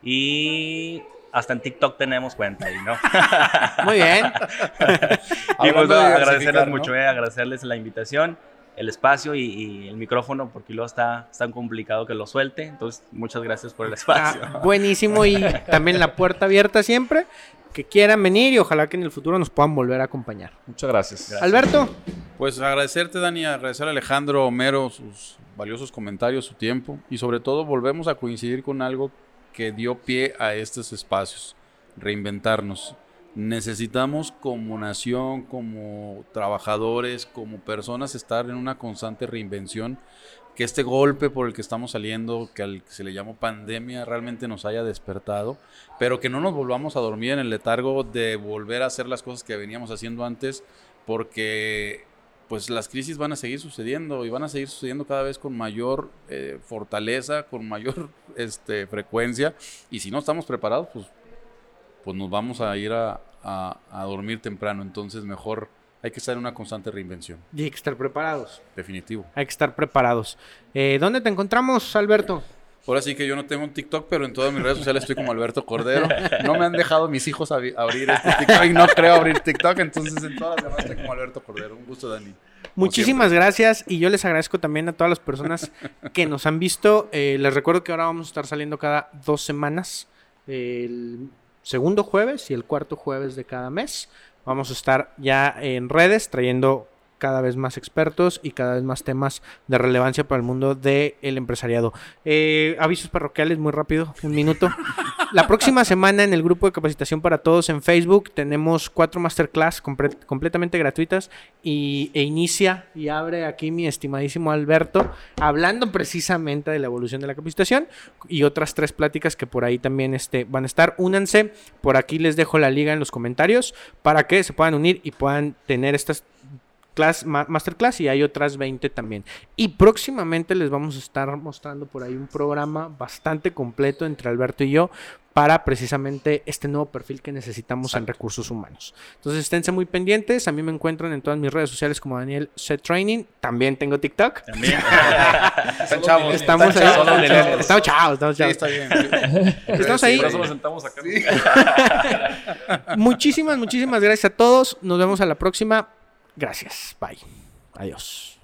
Y hasta en TikTok tenemos cuenta ahí, ¿no? Muy bien. Y pues Hablando de agradecerles diversificar, ¿no? mucho, eh, agradecerles la invitación. el espacio y, y el micrófono, porque luego está, es tan complicado que lo suelte. Entonces, muchas gracias por el espacio. Ah, buenísimo, y también la puerta abierta siempre, que quieran venir y ojalá que en el futuro nos puedan volver a acompañar. Muchas gracias. Gracias. Alberto. Pues agradecerte, Dani, agradecer a Alejandro, Homero, sus valiosos comentarios, su tiempo, y sobre todo volvemos a coincidir con algo que dio pie a estos espacios, reinventarnos. Necesitamos como nación, como trabajadores, como personas estar en una constante reinvención, que este golpe por el que estamos saliendo, que al que se le llamó pandemia, realmente nos haya despertado, pero que no nos volvamos a dormir en el letargo de volver a hacer las cosas que veníamos haciendo antes, porque pues las crisis van a seguir sucediendo y van a seguir sucediendo cada vez con mayor eh, fortaleza, con mayor este, frecuencia, y si no estamos preparados, pues, pues nos vamos a ir a, a, a dormir temprano. Entonces mejor hay que estar en una constante reinvención. Y hay que estar preparados. Definitivo. Hay que estar preparados. Eh, ¿Dónde te encontramos, Alberto? Ahora sí que yo no tengo un TikTok, pero en todas mis redes sociales estoy como Alberto Cordero. No me han dejado mis hijos ab- abrir este TikTok y no creo abrir TikTok, entonces en todas las demás estoy como Alberto Cordero. Un gusto, Dani. Muchísimas gracias, y yo les agradezco también a todas las personas que nos han visto. Eh, les recuerdo que ahora vamos a estar saliendo cada dos semanas, el segundo jueves y el cuarto jueves de cada mes. Vamos a estar ya en redes trayendo cada vez más expertos y cada vez más temas de relevancia para el mundo del empresariado. Eh, avisos parroquiales muy rápido, un minuto. La próxima semana en el grupo de capacitación para todos en Facebook tenemos cuatro masterclass compre- completamente gratuitas, y, e inicia y abre aquí mi estimadísimo Alberto hablando precisamente de la evolución de la capacitación, y otras tres pláticas que por ahí también este, van a estar. Únanse, por aquí les dejo la liga en los comentarios para que se puedan unir y puedan tener estas Class, ma- masterclass, y hay otras veinte también. Y próximamente les vamos a estar mostrando por ahí un programa bastante completo entre Alberto y yo para precisamente este nuevo perfil que necesitamos Exacto. en recursos humanos. Entonces esténse muy pendientes. A mí me encuentran en todas mis redes sociales como Daniel Set Training. También tengo TikTok. También. Están chavos. Estamos Están ahí. chavos. Estamos, estamos chavos. Estamos Sí, chavos. está bien. Estamos ahí. Por eso nos sentamos acá. Sí. Muchísimas, muchísimas gracias a todos. Nos vemos a la próxima. Gracias. Bye. Adiós.